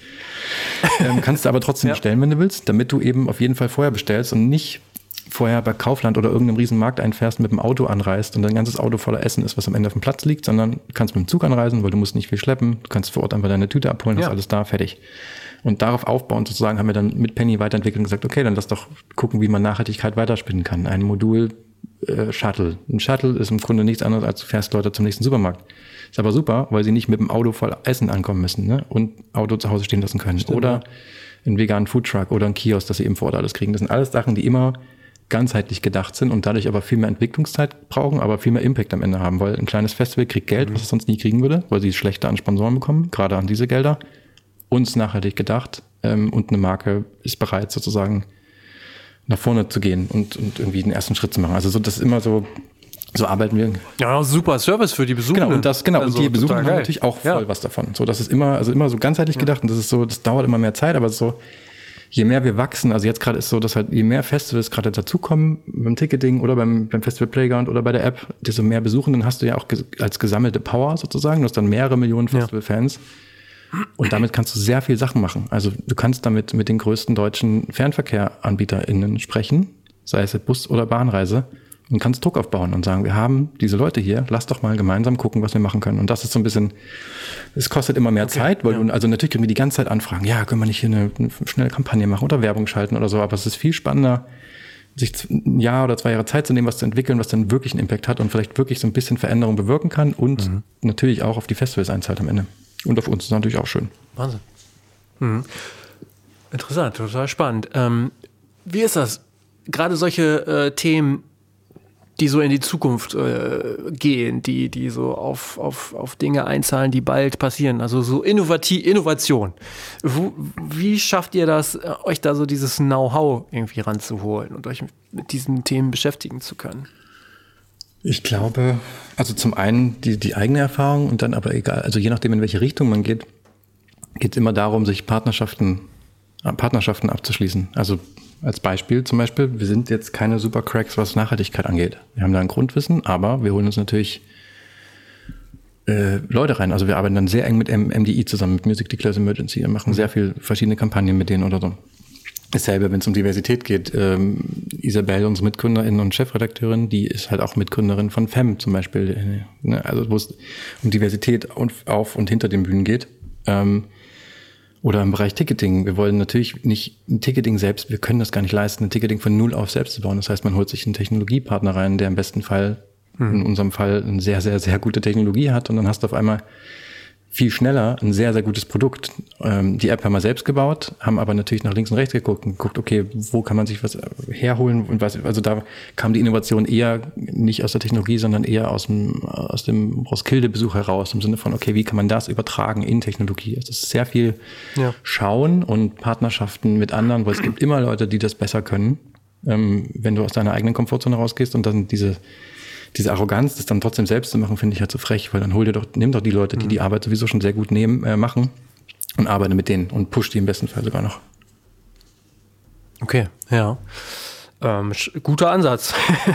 ähm, kannst du aber trotzdem ja. bestellen, wenn du willst, damit du eben auf jeden Fall vorher bestellst und nicht vorher bei Kaufland oder irgendeinem riesen Markt einfährst, mit dem Auto anreist und dein ganzes Auto voller Essen ist, was am Ende auf dem Platz liegt, sondern du kannst mit dem Zug anreisen, weil du musst nicht viel schleppen, du kannst vor Ort einfach deine Tüte abholen, ja. ist alles da, fertig. Und darauf aufbauend sozusagen haben wir dann mit Penny weiterentwickelt und gesagt, okay, dann lass doch gucken, wie man Nachhaltigkeit weiterspinnen kann. Ein Modul äh, Shuttle. Ein Shuttle ist im Grunde nichts anderes, als du fährst Leute zum nächsten Supermarkt. Ist aber super, weil sie nicht mit dem Auto voll Essen ankommen müssen, ne? Und Auto zu Hause stehen lassen können. Stimmt, oder ja. einen veganen Foodtruck oder einen Kiosk, dass sie eben vor Ort alles kriegen. Das sind alles Sachen, die immer ganzheitlich gedacht sind und dadurch aber viel mehr Entwicklungszeit brauchen, aber viel mehr Impact am Ende haben, weil ein kleines Festival kriegt Geld, mhm. was es sonst nie kriegen würde, weil sie es schlechter an Sponsoren bekommen, gerade an diese Gelder. Uns nachhaltig gedacht ähm, und eine Marke ist bereit, sozusagen nach vorne zu gehen und, und irgendwie den ersten Schritt zu machen. Also so, das ist immer so, so arbeiten wir. Ja, super Service für die Besucher. Genau, und das, genau, also, und die Besucher haben natürlich auch voll ja. was davon. So, das ist immer, also immer so ganzheitlich ja. gedacht und das ist so, das dauert immer mehr Zeit, aber so, je mehr wir wachsen, also jetzt gerade ist so, dass halt je mehr Festivals gerade dazukommen, beim Ticketing oder beim, beim Festival Playground oder bei der App, desto mehr Besuchenden hast du ja auch ges- als gesammelte Power sozusagen. Du hast dann mehrere Millionen Festivalfans. Ja. Und damit kannst du sehr viel Sachen machen. Also du kannst damit mit den größten deutschen FernverkehranbieterInnen sprechen, sei es Bus- oder Bahnreise, und kannst Druck aufbauen und sagen, wir haben diese Leute hier, lass doch mal gemeinsam gucken, was wir machen können. Und das ist so ein bisschen, es kostet immer mehr okay, Zeit, weil ja. du, also natürlich kriegen wir die ganze Zeit Anfragen, ja, können wir nicht hier eine, eine schnelle Kampagne machen oder Werbung schalten oder so, aber es ist viel spannender, sich ein Jahr oder zwei Jahre Zeit zu nehmen, was zu entwickeln, was dann wirklich einen Impact hat und vielleicht wirklich so ein bisschen Veränderung bewirken kann und mhm. natürlich auch auf die Festivals einzahlt am Ende. Und auf uns ist natürlich auch schön. Wahnsinn. Mhm. Interessant, total spannend. Ähm, wie ist das? Gerade solche äh, Themen, die so in die Zukunft äh, gehen, die, die so auf, auf, auf Dinge einzahlen, die bald passieren. Also so Innovati- Innovation. Wo, wie schafft ihr das, euch da so dieses Know-how irgendwie ranzuholen und euch mit diesen Themen beschäftigen zu können? Ich glaube, also zum einen die, die eigene Erfahrung und dann aber egal, also je nachdem, in welche Richtung man geht, geht es immer darum, sich Partnerschaften, Partnerschaften abzuschließen. Also als Beispiel zum Beispiel, wir sind jetzt keine Supercracks, was Nachhaltigkeit angeht. Wir haben da ein Grundwissen, aber wir holen uns natürlich äh, Leute rein. Also wir arbeiten dann sehr eng mit M- MDI zusammen, mit Music Declares Emergency. Wir machen sehr viel verschiedene Kampagnen mit denen oder so. Dasselbe, wenn es um Diversität geht. Ähm, Isabel, unsere Mitgründerin und Chefredakteurin, die ist halt auch Mitgründerin von F E M zum Beispiel. Ne? Also wo es um Diversität auf und hinter den Bühnen geht. Ähm, oder im Bereich Ticketing. Wir wollen natürlich nicht ein Ticketing selbst, wir können das gar nicht leisten, ein Ticketing von null auf selbst zu bauen. Das heißt, man holt sich einen Technologiepartner rein, der im besten Fall, hm. in unserem Fall, eine sehr, sehr, sehr gute Technologie hat und dann hast du auf einmal viel schneller ein sehr, sehr gutes Produkt. Ähm, die App haben wir selbst gebaut, haben aber natürlich nach links und rechts geguckt und geguckt, okay, wo kann man sich was herholen und was, also da kam die Innovation eher nicht aus der Technologie, sondern eher aus dem, aus dem Roskilde-Besuch heraus, im Sinne von, okay, wie kann man das übertragen in Technologie? Es ist sehr viel ja. Schauen und Partnerschaften mit anderen, weil es gibt immer Leute, die das besser können, ähm, wenn du aus deiner eigenen Komfortzone rausgehst und dann diese Diese Arroganz, das dann trotzdem selbst zu machen, finde ich halt so frech, weil dann hol dir doch, nimm doch die Leute, die die Arbeit sowieso schon sehr gut nehmen, äh, machen und arbeite mit denen und push die im besten Fall sogar noch. Okay, ja. Ähm, guter Ansatz.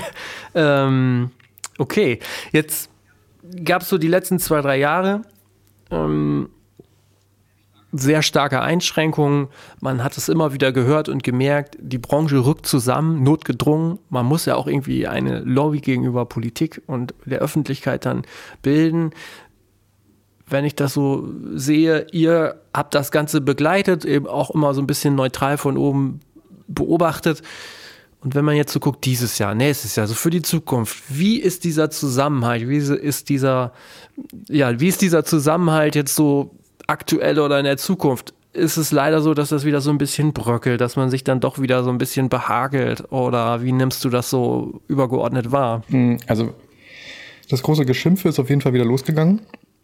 ähm, okay, jetzt gab es so die letzten zwei, drei Jahre ähm, sehr starke Einschränkungen. Man hat es immer wieder gehört und gemerkt, die Branche rückt zusammen, notgedrungen. Man muss ja auch irgendwie eine Lobby gegenüber Politik und der Öffentlichkeit dann bilden. Wenn ich das so sehe, ihr habt das Ganze begleitet, eben auch immer so ein bisschen neutral von oben beobachtet. Und wenn man jetzt so guckt, dieses Jahr, nächstes Jahr, so für die Zukunft, wie ist dieser Zusammenhalt, wie ist dieser, ja, wie ist dieser Zusammenhalt jetzt so aktuell oder in der Zukunft? ist es leider so, dass das wieder so ein bisschen bröckelt, dass man sich dann doch wieder so ein bisschen behagelt? Oder wie nimmst du das so übergeordnet wahr? Also das große Geschimpfe ist auf jeden Fall wieder losgegangen.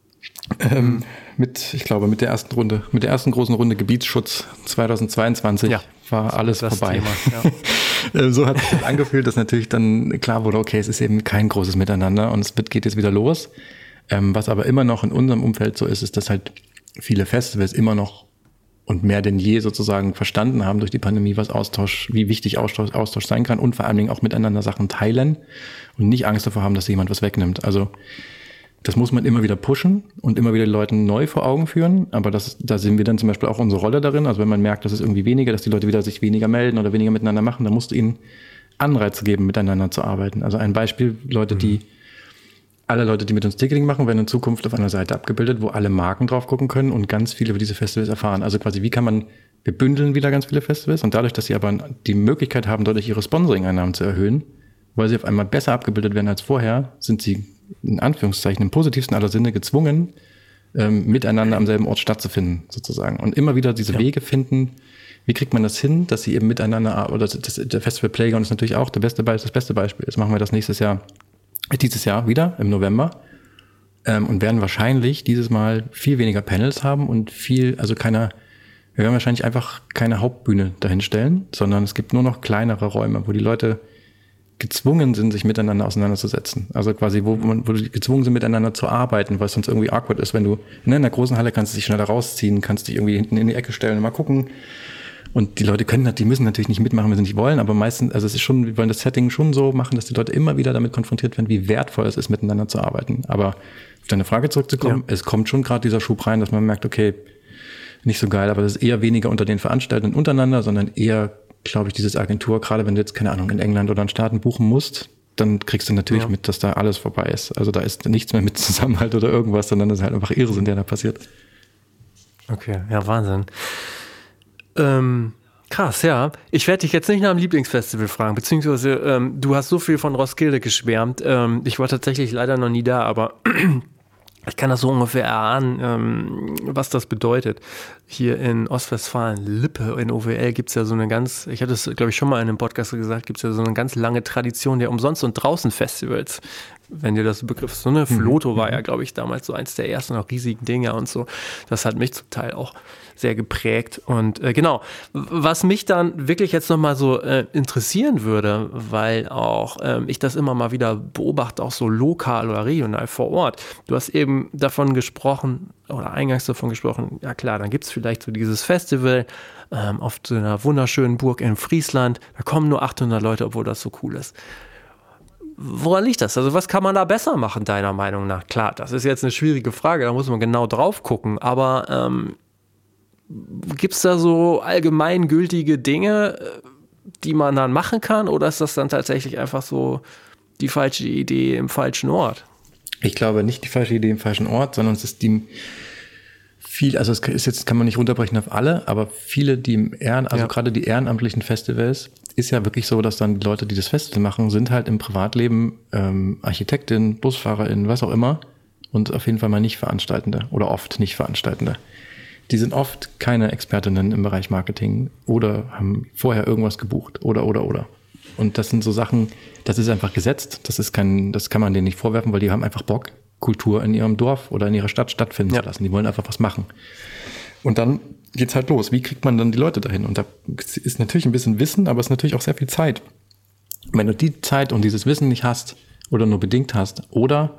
Ähm, mit, ich glaube, mit der ersten Runde, mit der ersten großen Runde Gebietsschutz zweitausendzweiundzwanzig ja, war alles das vorbei. Thema, ja. So hat sich das angefühlt, dass natürlich dann klar wurde, okay, es ist eben kein großes Miteinander und es geht jetzt wieder los. Ähm, was aber immer noch in unserem Umfeld so ist, ist, dass halt viele Festivals immer noch und mehr denn je sozusagen verstanden haben durch die Pandemie, was Austausch, wie wichtig Austausch, Austausch sein kann und vor allen Dingen auch miteinander Sachen teilen und nicht Angst davor haben, dass jemand was wegnimmt. Also das muss man immer wieder pushen und immer wieder den Leuten neu vor Augen führen. Aber das, da sehen wir dann zum Beispiel auch unsere Rolle darin. Also wenn man merkt, dass es irgendwie weniger, dass die Leute wieder sich weniger melden oder weniger miteinander machen, dann musst du ihnen Anreize geben, miteinander zu arbeiten. Also ein Beispiel, Leute, die, alle Leute, die mit uns Ticketing machen, werden in Zukunft auf einer Seite abgebildet, wo alle Marken drauf gucken können und ganz viel über diese Festivals erfahren. Also quasi, wie kann man, wir bündeln wieder ganz viele Festivals und dadurch, dass sie aber die Möglichkeit haben, dadurch ihre Sponsoring-Einnahmen zu erhöhen, weil sie auf einmal besser abgebildet werden als vorher, sind sie in Anführungszeichen im positivsten aller Sinne gezwungen, ähm, miteinander am selben Ort stattzufinden, sozusagen. Und immer wieder diese ja. Wege finden, wie kriegt man das hin, dass sie eben miteinander, oder das, der Festival Playground ist natürlich auch der beste Be- das beste Beispiel. Jetzt machen wir das nächstes Jahr, dieses Jahr wieder, im November, ähm, und werden wahrscheinlich dieses Mal viel weniger Panels haben und viel, also keiner, wir werden wahrscheinlich einfach keine Hauptbühne dahinstellen, sondern es gibt nur noch kleinere Räume, wo die Leute gezwungen sind, sich miteinander auseinanderzusetzen. Also quasi, wo, man, wo die gezwungen sind, miteinander zu arbeiten, weil es sonst irgendwie awkward ist. Wenn du in einer großen Halle kannst du dich schneller rausziehen, kannst dich irgendwie hinten in die Ecke stellen und mal gucken. Und die Leute können, die müssen natürlich nicht mitmachen, wenn sie nicht wollen, aber meistens, also es ist schon, wir wollen das Setting schon so machen, dass die Leute immer wieder damit konfrontiert werden, wie wertvoll es ist, miteinander zu arbeiten. Aber auf deine Frage zurückzukommen, ja. Es kommt schon gerade dieser Schub rein, dass man merkt, okay, nicht so geil, aber das ist eher weniger unter den Veranstaltern untereinander, sondern eher, glaube ich, dieses Agentur, gerade wenn du jetzt, keine Ahnung, in England oder in Staaten buchen musst, dann kriegst du natürlich ja. mit, dass da alles vorbei ist. Also da ist nichts mehr mit Zusammenhalt oder irgendwas, sondern das ist halt einfach Irrsinn, der da passiert. Okay, ja, Wahnsinn. Ähm, krass, ja. Ich werde dich jetzt nicht nach dem Lieblingsfestival fragen, beziehungsweise ähm, du hast so viel von Roskilde geschwärmt. Ähm, ich war tatsächlich leider noch nie da, aber ich kann das so ungefähr erahnen, ähm, was das bedeutet. Hier in Ostwestfalen-Lippe in O W L gibt es ja so eine ganz, ich hatte es, glaube ich, schon mal in einem Podcast gesagt, gibt es ja so eine ganz lange Tradition der Umsonst- und Draußen-Festivals. Wenn dir das Begriff ist. So eine Floto war ja, glaube ich, damals so eins der ersten auch riesigen Dinge und so. Das hat mich zum Teil auch sehr geprägt. Und äh, genau, was mich dann wirklich jetzt nochmal so äh, interessieren würde, weil auch ähm, ich das immer mal wieder beobachte, auch so lokal oder regional vor Ort. Du hast eben davon gesprochen, oder eingangs davon gesprochen, ja klar, dann gibt es vielleicht so dieses Festival ähm, auf so einer wunderschönen Burg in Friesland. Da kommen nur achthundert Leute, obwohl das so cool ist. Woran liegt das? Also was kann man da besser machen, deiner Meinung nach? Klar, das ist jetzt eine schwierige Frage, da muss man genau drauf gucken, aber ähm, gibt es da so allgemeingültige Dinge, die man dann machen kann, oder ist das dann tatsächlich einfach so die falsche Idee im falschen Ort? Ich glaube nicht die falsche Idee im falschen Ort, sondern es ist die viel, also es ist jetzt, kann man nicht runterbrechen auf alle, aber viele, die im Ehren, also ja. gerade die ehrenamtlichen Festivals, ist ja wirklich so, dass dann die Leute, die das Festival machen, sind halt im Privatleben ähm, Architektin, Busfahrerin, was auch immer und auf jeden Fall mal nicht Veranstaltende oder oft nicht Veranstaltende. Die sind oft keine Expertinnen im Bereich Marketing oder haben vorher irgendwas gebucht oder, oder, oder. Und das sind so Sachen, das ist einfach gesetzt, das ist kein, das kann man denen nicht vorwerfen, weil die haben einfach Bock, Kultur in ihrem Dorf oder in ihrer Stadt stattfinden ja. zu lassen. Die wollen einfach was machen. Und dann geht's halt los. Wie kriegt man dann die Leute dahin? Und da ist natürlich ein bisschen Wissen, aber es ist natürlich auch sehr viel Zeit. Wenn du die Zeit und dieses Wissen nicht hast oder nur bedingt hast oder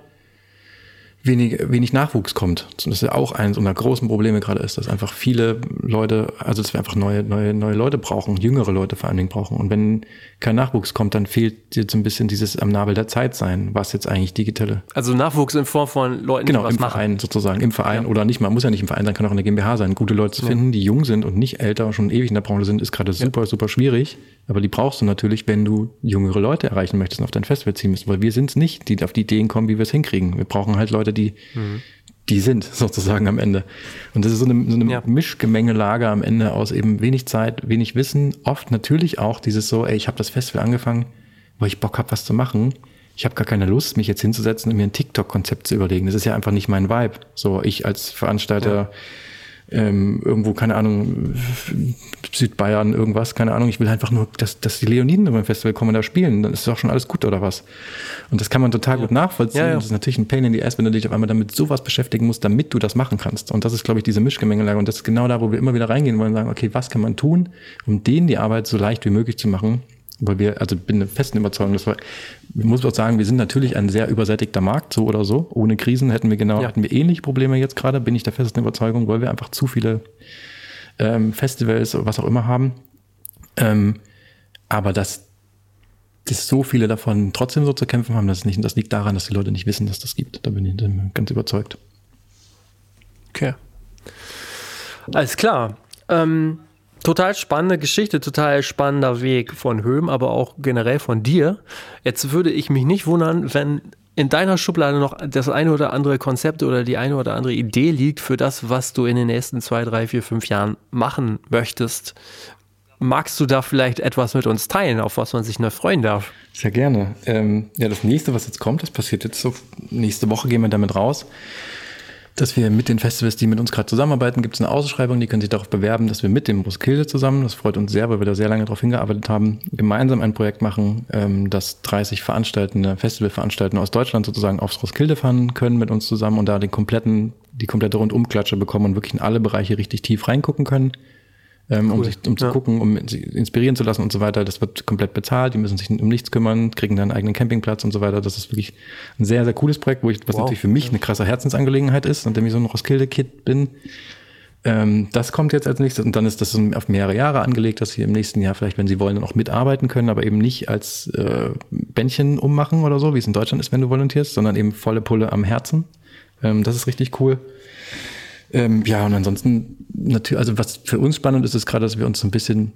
wenig, wenig Nachwuchs kommt, das ist ja auch eines unserer großen Probleme gerade ist, dass einfach viele Leute, also dass wir einfach neue, neue, neue Leute brauchen, jüngere Leute vor allen Dingen brauchen. Und wenn kein Nachwuchs kommt, dann fehlt jetzt ein bisschen dieses am Nabel der Zeit sein, was jetzt eigentlich digitale. Also Nachwuchs in Form von Leuten, genau, die was im machen. Verein sozusagen, im Verein ja. oder nicht mal, muss ja nicht im Verein sein, kann auch in der GmbH sein. Gute Leute zu finden, ja. die jung sind und nicht älter, schon ewig in der Branche sind, ist gerade super, ja. super schwierig. Aber die brauchst du natürlich, wenn du jüngere Leute erreichen möchtest und auf dein Festival ziehen müsst, weil wir sind es nicht, die auf die Ideen kommen, wie wir es hinkriegen. Wir brauchen halt Leute, die mhm. die sind sozusagen am Ende. Und das ist so eine, so eine ja. Mischgemengelage am Ende aus eben wenig Zeit, wenig Wissen, oft natürlich auch dieses so, ey, ich habe das Festival angefangen, weil ich Bock habe, was zu machen. Ich habe gar keine Lust, mich jetzt hinzusetzen und mir ein TikTok-Konzept zu überlegen. Das ist ja einfach nicht mein Vibe. So, ich als Veranstalter ähm, irgendwo, keine Ahnung, Südbayern, irgendwas, keine Ahnung. Ich will einfach nur, dass, dass die Leoniden beim Festival kommen und da spielen. Dann ist doch schon alles gut, oder was? Und das kann man total ja. gut nachvollziehen. Ja, ja. Das ist natürlich ein Pain in the ass, wenn du dich auf einmal damit sowas beschäftigen musst, damit du das machen kannst. Und das ist, glaube ich, diese Mischgemengelage. Und das ist genau da, wo wir immer wieder reingehen wollen und sagen, okay, was kann man tun, um denen die Arbeit so leicht wie möglich zu machen? Weil wir, also bin der festen Überzeugung, dass wir, ich muss auch sagen, wir sind natürlich ein sehr übersättigter Markt, so oder so. Ohne Krisen hätten wir genau, ja. hätten wir ähnliche Probleme jetzt gerade, bin ich der festen Überzeugung, weil wir einfach zu viele ähm, Festivals oder was auch immer haben. Ähm, aber dass, dass so viele davon trotzdem so zu kämpfen haben, das, nicht, das liegt daran, dass die Leute nicht wissen, dass das gibt. Da bin ich ganz überzeugt. Okay. Alles klar. Ähm, total spannende Geschichte, total spannender Weg von Höhm, aber auch generell von dir. Jetzt würde ich mich nicht wundern, wenn in deiner Schublade noch das eine oder andere Konzept oder die eine oder andere Idee liegt für das, was du in den nächsten zwei, drei, vier, fünf Jahren machen möchtest. Magst du da vielleicht etwas mit uns teilen, auf was man sich noch freuen darf? Sehr gerne. Ähm, ja, das nächste, was jetzt kommt, das passiert jetzt so. Nächste Woche gehen wir damit raus, dass wir mit den Festivals, die mit uns gerade zusammenarbeiten, gibt es eine Ausschreibung, die können sich darauf bewerben, dass wir mit dem Roskilde zusammen, das freut uns sehr, weil wir da sehr lange darauf hingearbeitet haben, gemeinsam ein Projekt machen, ähm, dass dreißig Veranstaltende, Festivalveranstaltende aus Deutschland sozusagen aufs Roskilde fahren können mit uns zusammen und da den kompletten, die komplette Rundumklatsche bekommen und wirklich in alle Bereiche richtig tief reingucken können. Ähm, cool. Um sich, um ja. zu gucken, um sich inspirieren zu lassen und so weiter. Das wird komplett bezahlt, die müssen sich um nichts kümmern, kriegen dann einen eigenen Campingplatz und so weiter. Das ist wirklich ein sehr, sehr cooles Projekt, wo ich, was wow. natürlich für mich eine krasse Herzensangelegenheit ist, nachdem ich so ein Roskilde-Kid bin. Ähm, das kommt jetzt als nächstes und dann ist das auf mehrere Jahre angelegt, dass sie im nächsten Jahr vielleicht, wenn sie wollen, dann auch mitarbeiten können, aber eben nicht als äh, Bändchen ummachen oder so, wie es in Deutschland ist, wenn du volontierst, sondern eben volle Pulle am Herzen. Ähm, das ist richtig cool. Ähm, ja, und ansonsten natürlich, also was für uns spannend ist, ist gerade, dass wir uns so ein bisschen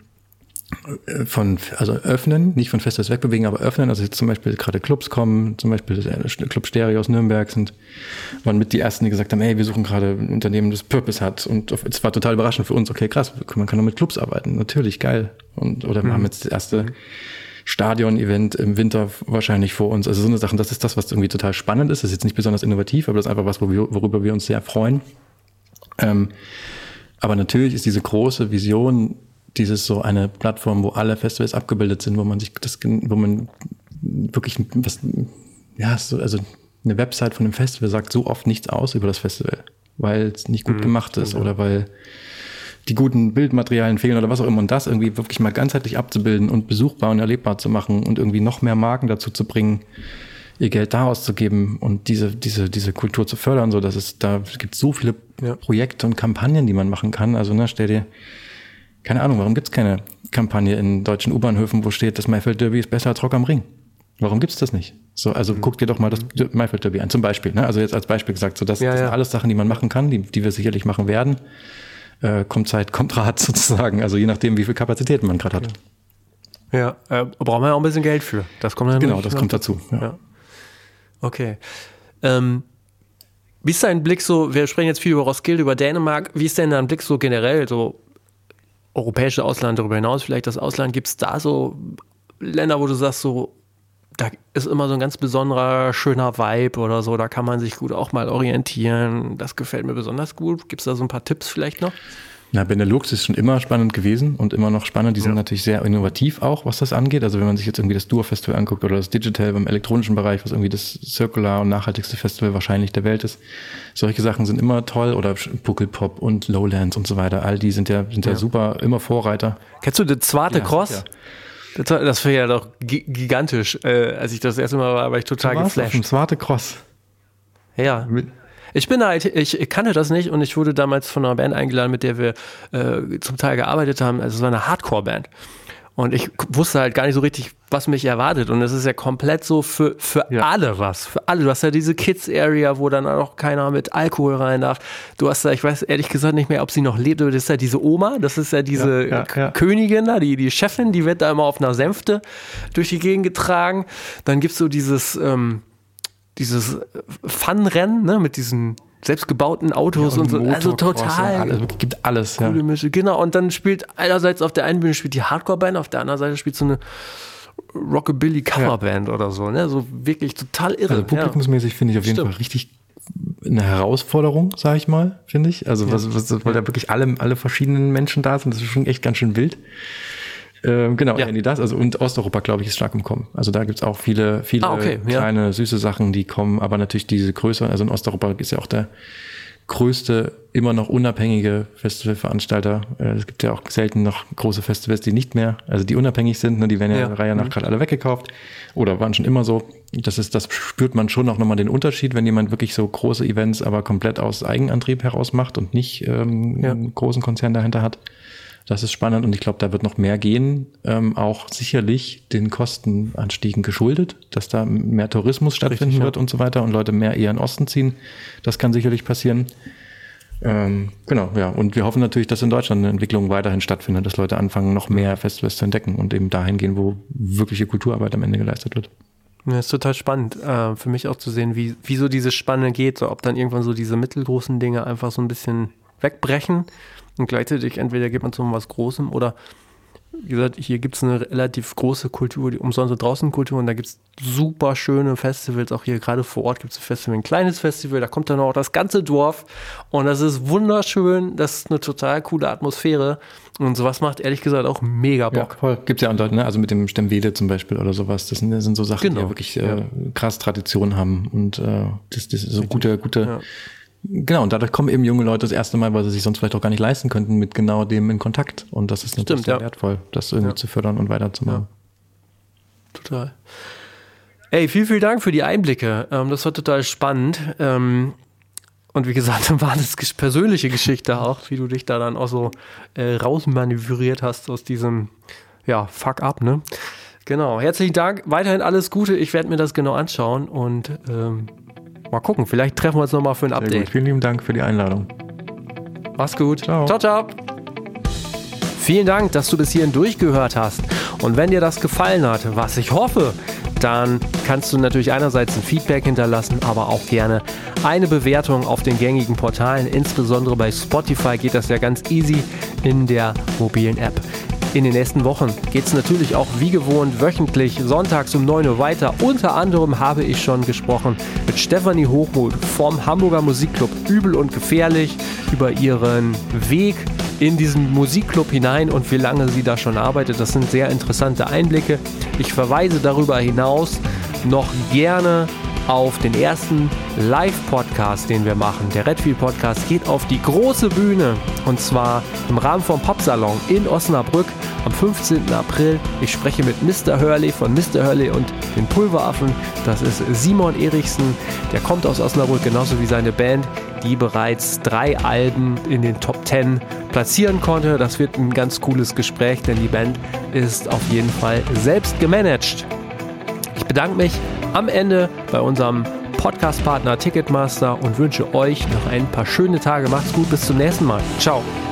von, also öffnen, nicht von Festivals wegbewegen, aber öffnen. Also jetzt zum Beispiel gerade Clubs kommen, zum Beispiel das Club Stereo aus Nürnberg sind, waren mit die ersten, die gesagt haben, hey, wir suchen gerade ein Unternehmen, das Purpose hat. Und es war total überraschend für uns, okay, krass, man kann nur mit Clubs arbeiten, natürlich, geil. Und, oder wir mhm. haben jetzt das erste Stadion-Event im Winter wahrscheinlich vor uns. Also so eine Sache, das ist das, was irgendwie total spannend ist. Das ist jetzt nicht besonders innovativ, aber das ist einfach was, worüber wir uns sehr freuen. Ähm, aber natürlich ist diese große Vision, dieses so eine Plattform, wo alle Festivals abgebildet sind, wo man sich das, wo man wirklich was, ja, so, also eine Website von einem Festival sagt so oft nichts aus über das Festival, weil es nicht gut mhm, gemacht ist ja. oder weil die guten Bildmaterialien fehlen oder was auch immer. Und das irgendwie wirklich mal ganzheitlich abzubilden und besuchbar und erlebbar zu machen und irgendwie noch mehr Marken dazu zu bringen, ihr Geld da auszugeben und diese, diese, diese Kultur zu fördern, so dass es, da gibt so viele ja. Projekte und Kampagnen, die man machen kann. Also, ne, stell dir, keine Ahnung, warum gibt's keine Kampagne in deutschen U-Bahnhöfen, wo steht, das Maifeld Derby ist besser als Rock am Ring? Warum gibt's das nicht? So, also mhm. guck dir doch mal das Maifeld Derby an, zum Beispiel, ne? Also jetzt als Beispiel gesagt, so das, ja, das sind ja. alles Sachen, die man machen kann, die, die wir sicherlich machen werden. Äh, kommt Zeit, kommt Rat sozusagen, also je nachdem, wie viel Kapazitäten man gerade hat. Ja, äh, brauchen wir ja auch ein bisschen Geld für. Das kommt dann Genau, das kommt dazu. Ja. Ja. Okay. Ähm, wie ist dein Blick so, wir sprechen jetzt viel über Roskilde, über Dänemark, wie ist denn dein Blick so generell, so europäische Ausland, darüber hinaus vielleicht das Ausland, gibt es da so Länder, wo du sagst, so, da ist immer so ein ganz besonderer, schöner Vibe oder so, da kann man sich gut auch mal orientieren, das gefällt mir besonders gut. Gibt es da so ein paar Tipps vielleicht noch? Na, Benelux ist schon immer spannend gewesen und immer noch spannend. Die sind ja. natürlich sehr innovativ auch, was das angeht. Also wenn man sich jetzt irgendwie das Dur-Festival anguckt oder das Digital im elektronischen Bereich, was irgendwie das circular und nachhaltigste Festival wahrscheinlich der Welt ist. Solche Sachen sind immer toll. Oder Pukkelpop und Lowlands und so weiter. All die sind ja, sind ja. ja super, immer Vorreiter. Kennst du das Zwarte ja, Cross? Ja. Das, das war ja doch gigantisch. Äh, als ich das erste Mal war, war ich total geflasht. Auf dem Zwarte Cross. Ja. Mit Ich bin halt, ich kannte das nicht und ich wurde damals von einer Band eingeladen, mit der wir äh, zum Teil gearbeitet haben. Also es war eine Hardcore-Band. Und ich wusste halt gar nicht so richtig, was mich erwartet. Und es ist ja komplett so für, für ja. alle was. Für alle. Du hast ja diese Kids-Area, wo dann auch keiner mit Alkohol rein darf. Du hast da, ich weiß ehrlich gesagt nicht mehr, ob sie noch lebt, aber das ist ja diese Oma, das ist ja diese ja, ja, ja. Königin da, die, die Chefin, die wird da immer auf einer Sänfte durch die Gegend getragen. Dann gibt's so dieses, ähm, dieses Fun-Rennen, ne, mit diesen selbstgebauten Autos ja, und, und so, also total. Alles, es gibt alles, coole ja. Mische. Genau, und dann spielt einerseits auf der einen Bühne spielt die Hardcore-Band, auf der anderen Seite spielt so eine Rockabilly-Coverband ja. oder so, ne, so wirklich total irre. Also publikumsmäßig ja. finde ich auf jeden Stimmt. Fall richtig eine Herausforderung, sage ich mal, finde ich. Also, ja. was, was, weil da wirklich alle, alle verschiedenen Menschen da sind. Das ist schon echt ganz schön wild. Ähm, genau, ja. das. Also, und Osteuropa, glaube ich, ist stark im Kommen. Also da gibt's auch viele, viele ah, okay. kleine, ja. süße Sachen, die kommen. Aber natürlich diese Größe, also in Osteuropa ist ja auch der größte, immer noch unabhängige Festivalveranstalter. Es gibt ja auch selten noch große Festivals, die nicht mehr, also die unabhängig sind, ne, die werden ja, ja. der Reihe nach gerade alle weggekauft oder waren schon immer so. Das ist, das spürt man schon auch nochmal den Unterschied, wenn jemand wirklich so große Events aber komplett aus Eigenantrieb heraus macht und nicht ähm, ja. einen großen Konzern dahinter hat. Das ist spannend und ich glaube, da wird noch mehr gehen, ähm, auch sicherlich den Kostenanstiegen geschuldet, dass da mehr Tourismus stattfinden Richtig, wird ja. und so weiter und Leute mehr eher in den Osten ziehen. Das kann sicherlich passieren. Ähm, genau, ja. Und wir hoffen natürlich, dass in Deutschland eine Entwicklung weiterhin stattfindet, dass Leute anfangen, noch mehr Festivals zu entdecken und eben dahin gehen, wo wirkliche Kulturarbeit am Ende geleistet wird. Ja, ist total spannend, äh, für mich auch zu sehen, wie, wie so diese Spanne geht, so ob dann irgendwann so diese mittelgroßen Dinge einfach so ein bisschen wegbrechen. Und gleichzeitig entweder geht man zu was Großem oder, wie gesagt, hier gibt es eine relativ große Kultur, die umsonst draußen Kultur und da gibt es super schöne Festivals, auch hier gerade vor Ort gibt es ein Festival, ein kleines Festival, da kommt dann auch das ganze Dorf und das ist wunderschön, das ist eine total coole Atmosphäre und sowas macht ehrlich gesagt auch mega Bock. Ja, voll. Gibt es ja auch Leute, ne? Also mit dem Stemwede zum Beispiel oder sowas, das sind, das sind so Sachen, genau. die ja wirklich äh, ja. krass Tradition haben und äh, das, das ist so gute, gute ja. Genau, und dadurch kommen eben junge Leute das erste Mal, weil sie sich sonst vielleicht auch gar nicht leisten könnten, mit genau dem in Kontakt. Und das ist natürlich Stimmt, sehr ja. wertvoll, das irgendwie ja. zu fördern und weiterzumachen. Ja. Total. Ey, vielen, vielen Dank für die Einblicke. Ähm, das war total spannend. Ähm, und wie gesagt, dann war das persönliche Geschichte auch, wie du dich da dann auch so äh, rausmanövriert hast aus diesem, ja, Fuck-up, ne? Genau, herzlichen Dank. Weiterhin alles Gute. Ich werde mir das genau anschauen und ähm, mal gucken, vielleicht treffen wir uns nochmal für ein Update. Sehr gut. Vielen lieben Dank für die Einladung. Mach's gut. Ciao. Ciao, ciao. Vielen Dank, dass du bis hierhin durchgehört hast. Und wenn dir das gefallen hat, was ich hoffe, dann kannst du natürlich einerseits ein Feedback hinterlassen, aber auch gerne eine Bewertung auf den gängigen Portalen. Insbesondere bei Spotify geht das ja ganz easy in der mobilen App. In den nächsten Wochen geht es natürlich auch wie gewohnt wöchentlich sonntags um neun Uhr weiter. Unter anderem habe ich schon gesprochen mit Stefanie Hochmuth vom Hamburger Musikclub Übel und Gefährlich über ihren Weg in diesen Musikclub hinein und wie lange sie da schon arbeitet. Das sind sehr interessante Einblicke. Ich verweise darüber hinaus noch gerne auf den ersten Live-Podcast, den wir machen. Der Redfield-Podcast geht auf die große Bühne und zwar im Rahmen vom Popsalon in Osnabrück am fünfzehnten April. Ich spreche mit Mister Hurley von Mister Hurley und den Pulveraffen. Das ist Simon Erichsen, der kommt aus Osnabrück, genauso wie seine Band, die bereits drei Alben in den Top Ten platzieren konnte. Das wird ein ganz cooles Gespräch, denn die Band ist auf jeden Fall selbst gemanagt. Ich bedanke mich am Ende bei unserem Podcast-Partner Ticketmaster und wünsche euch noch ein paar schöne Tage. Macht's gut, bis zum nächsten Mal. Ciao.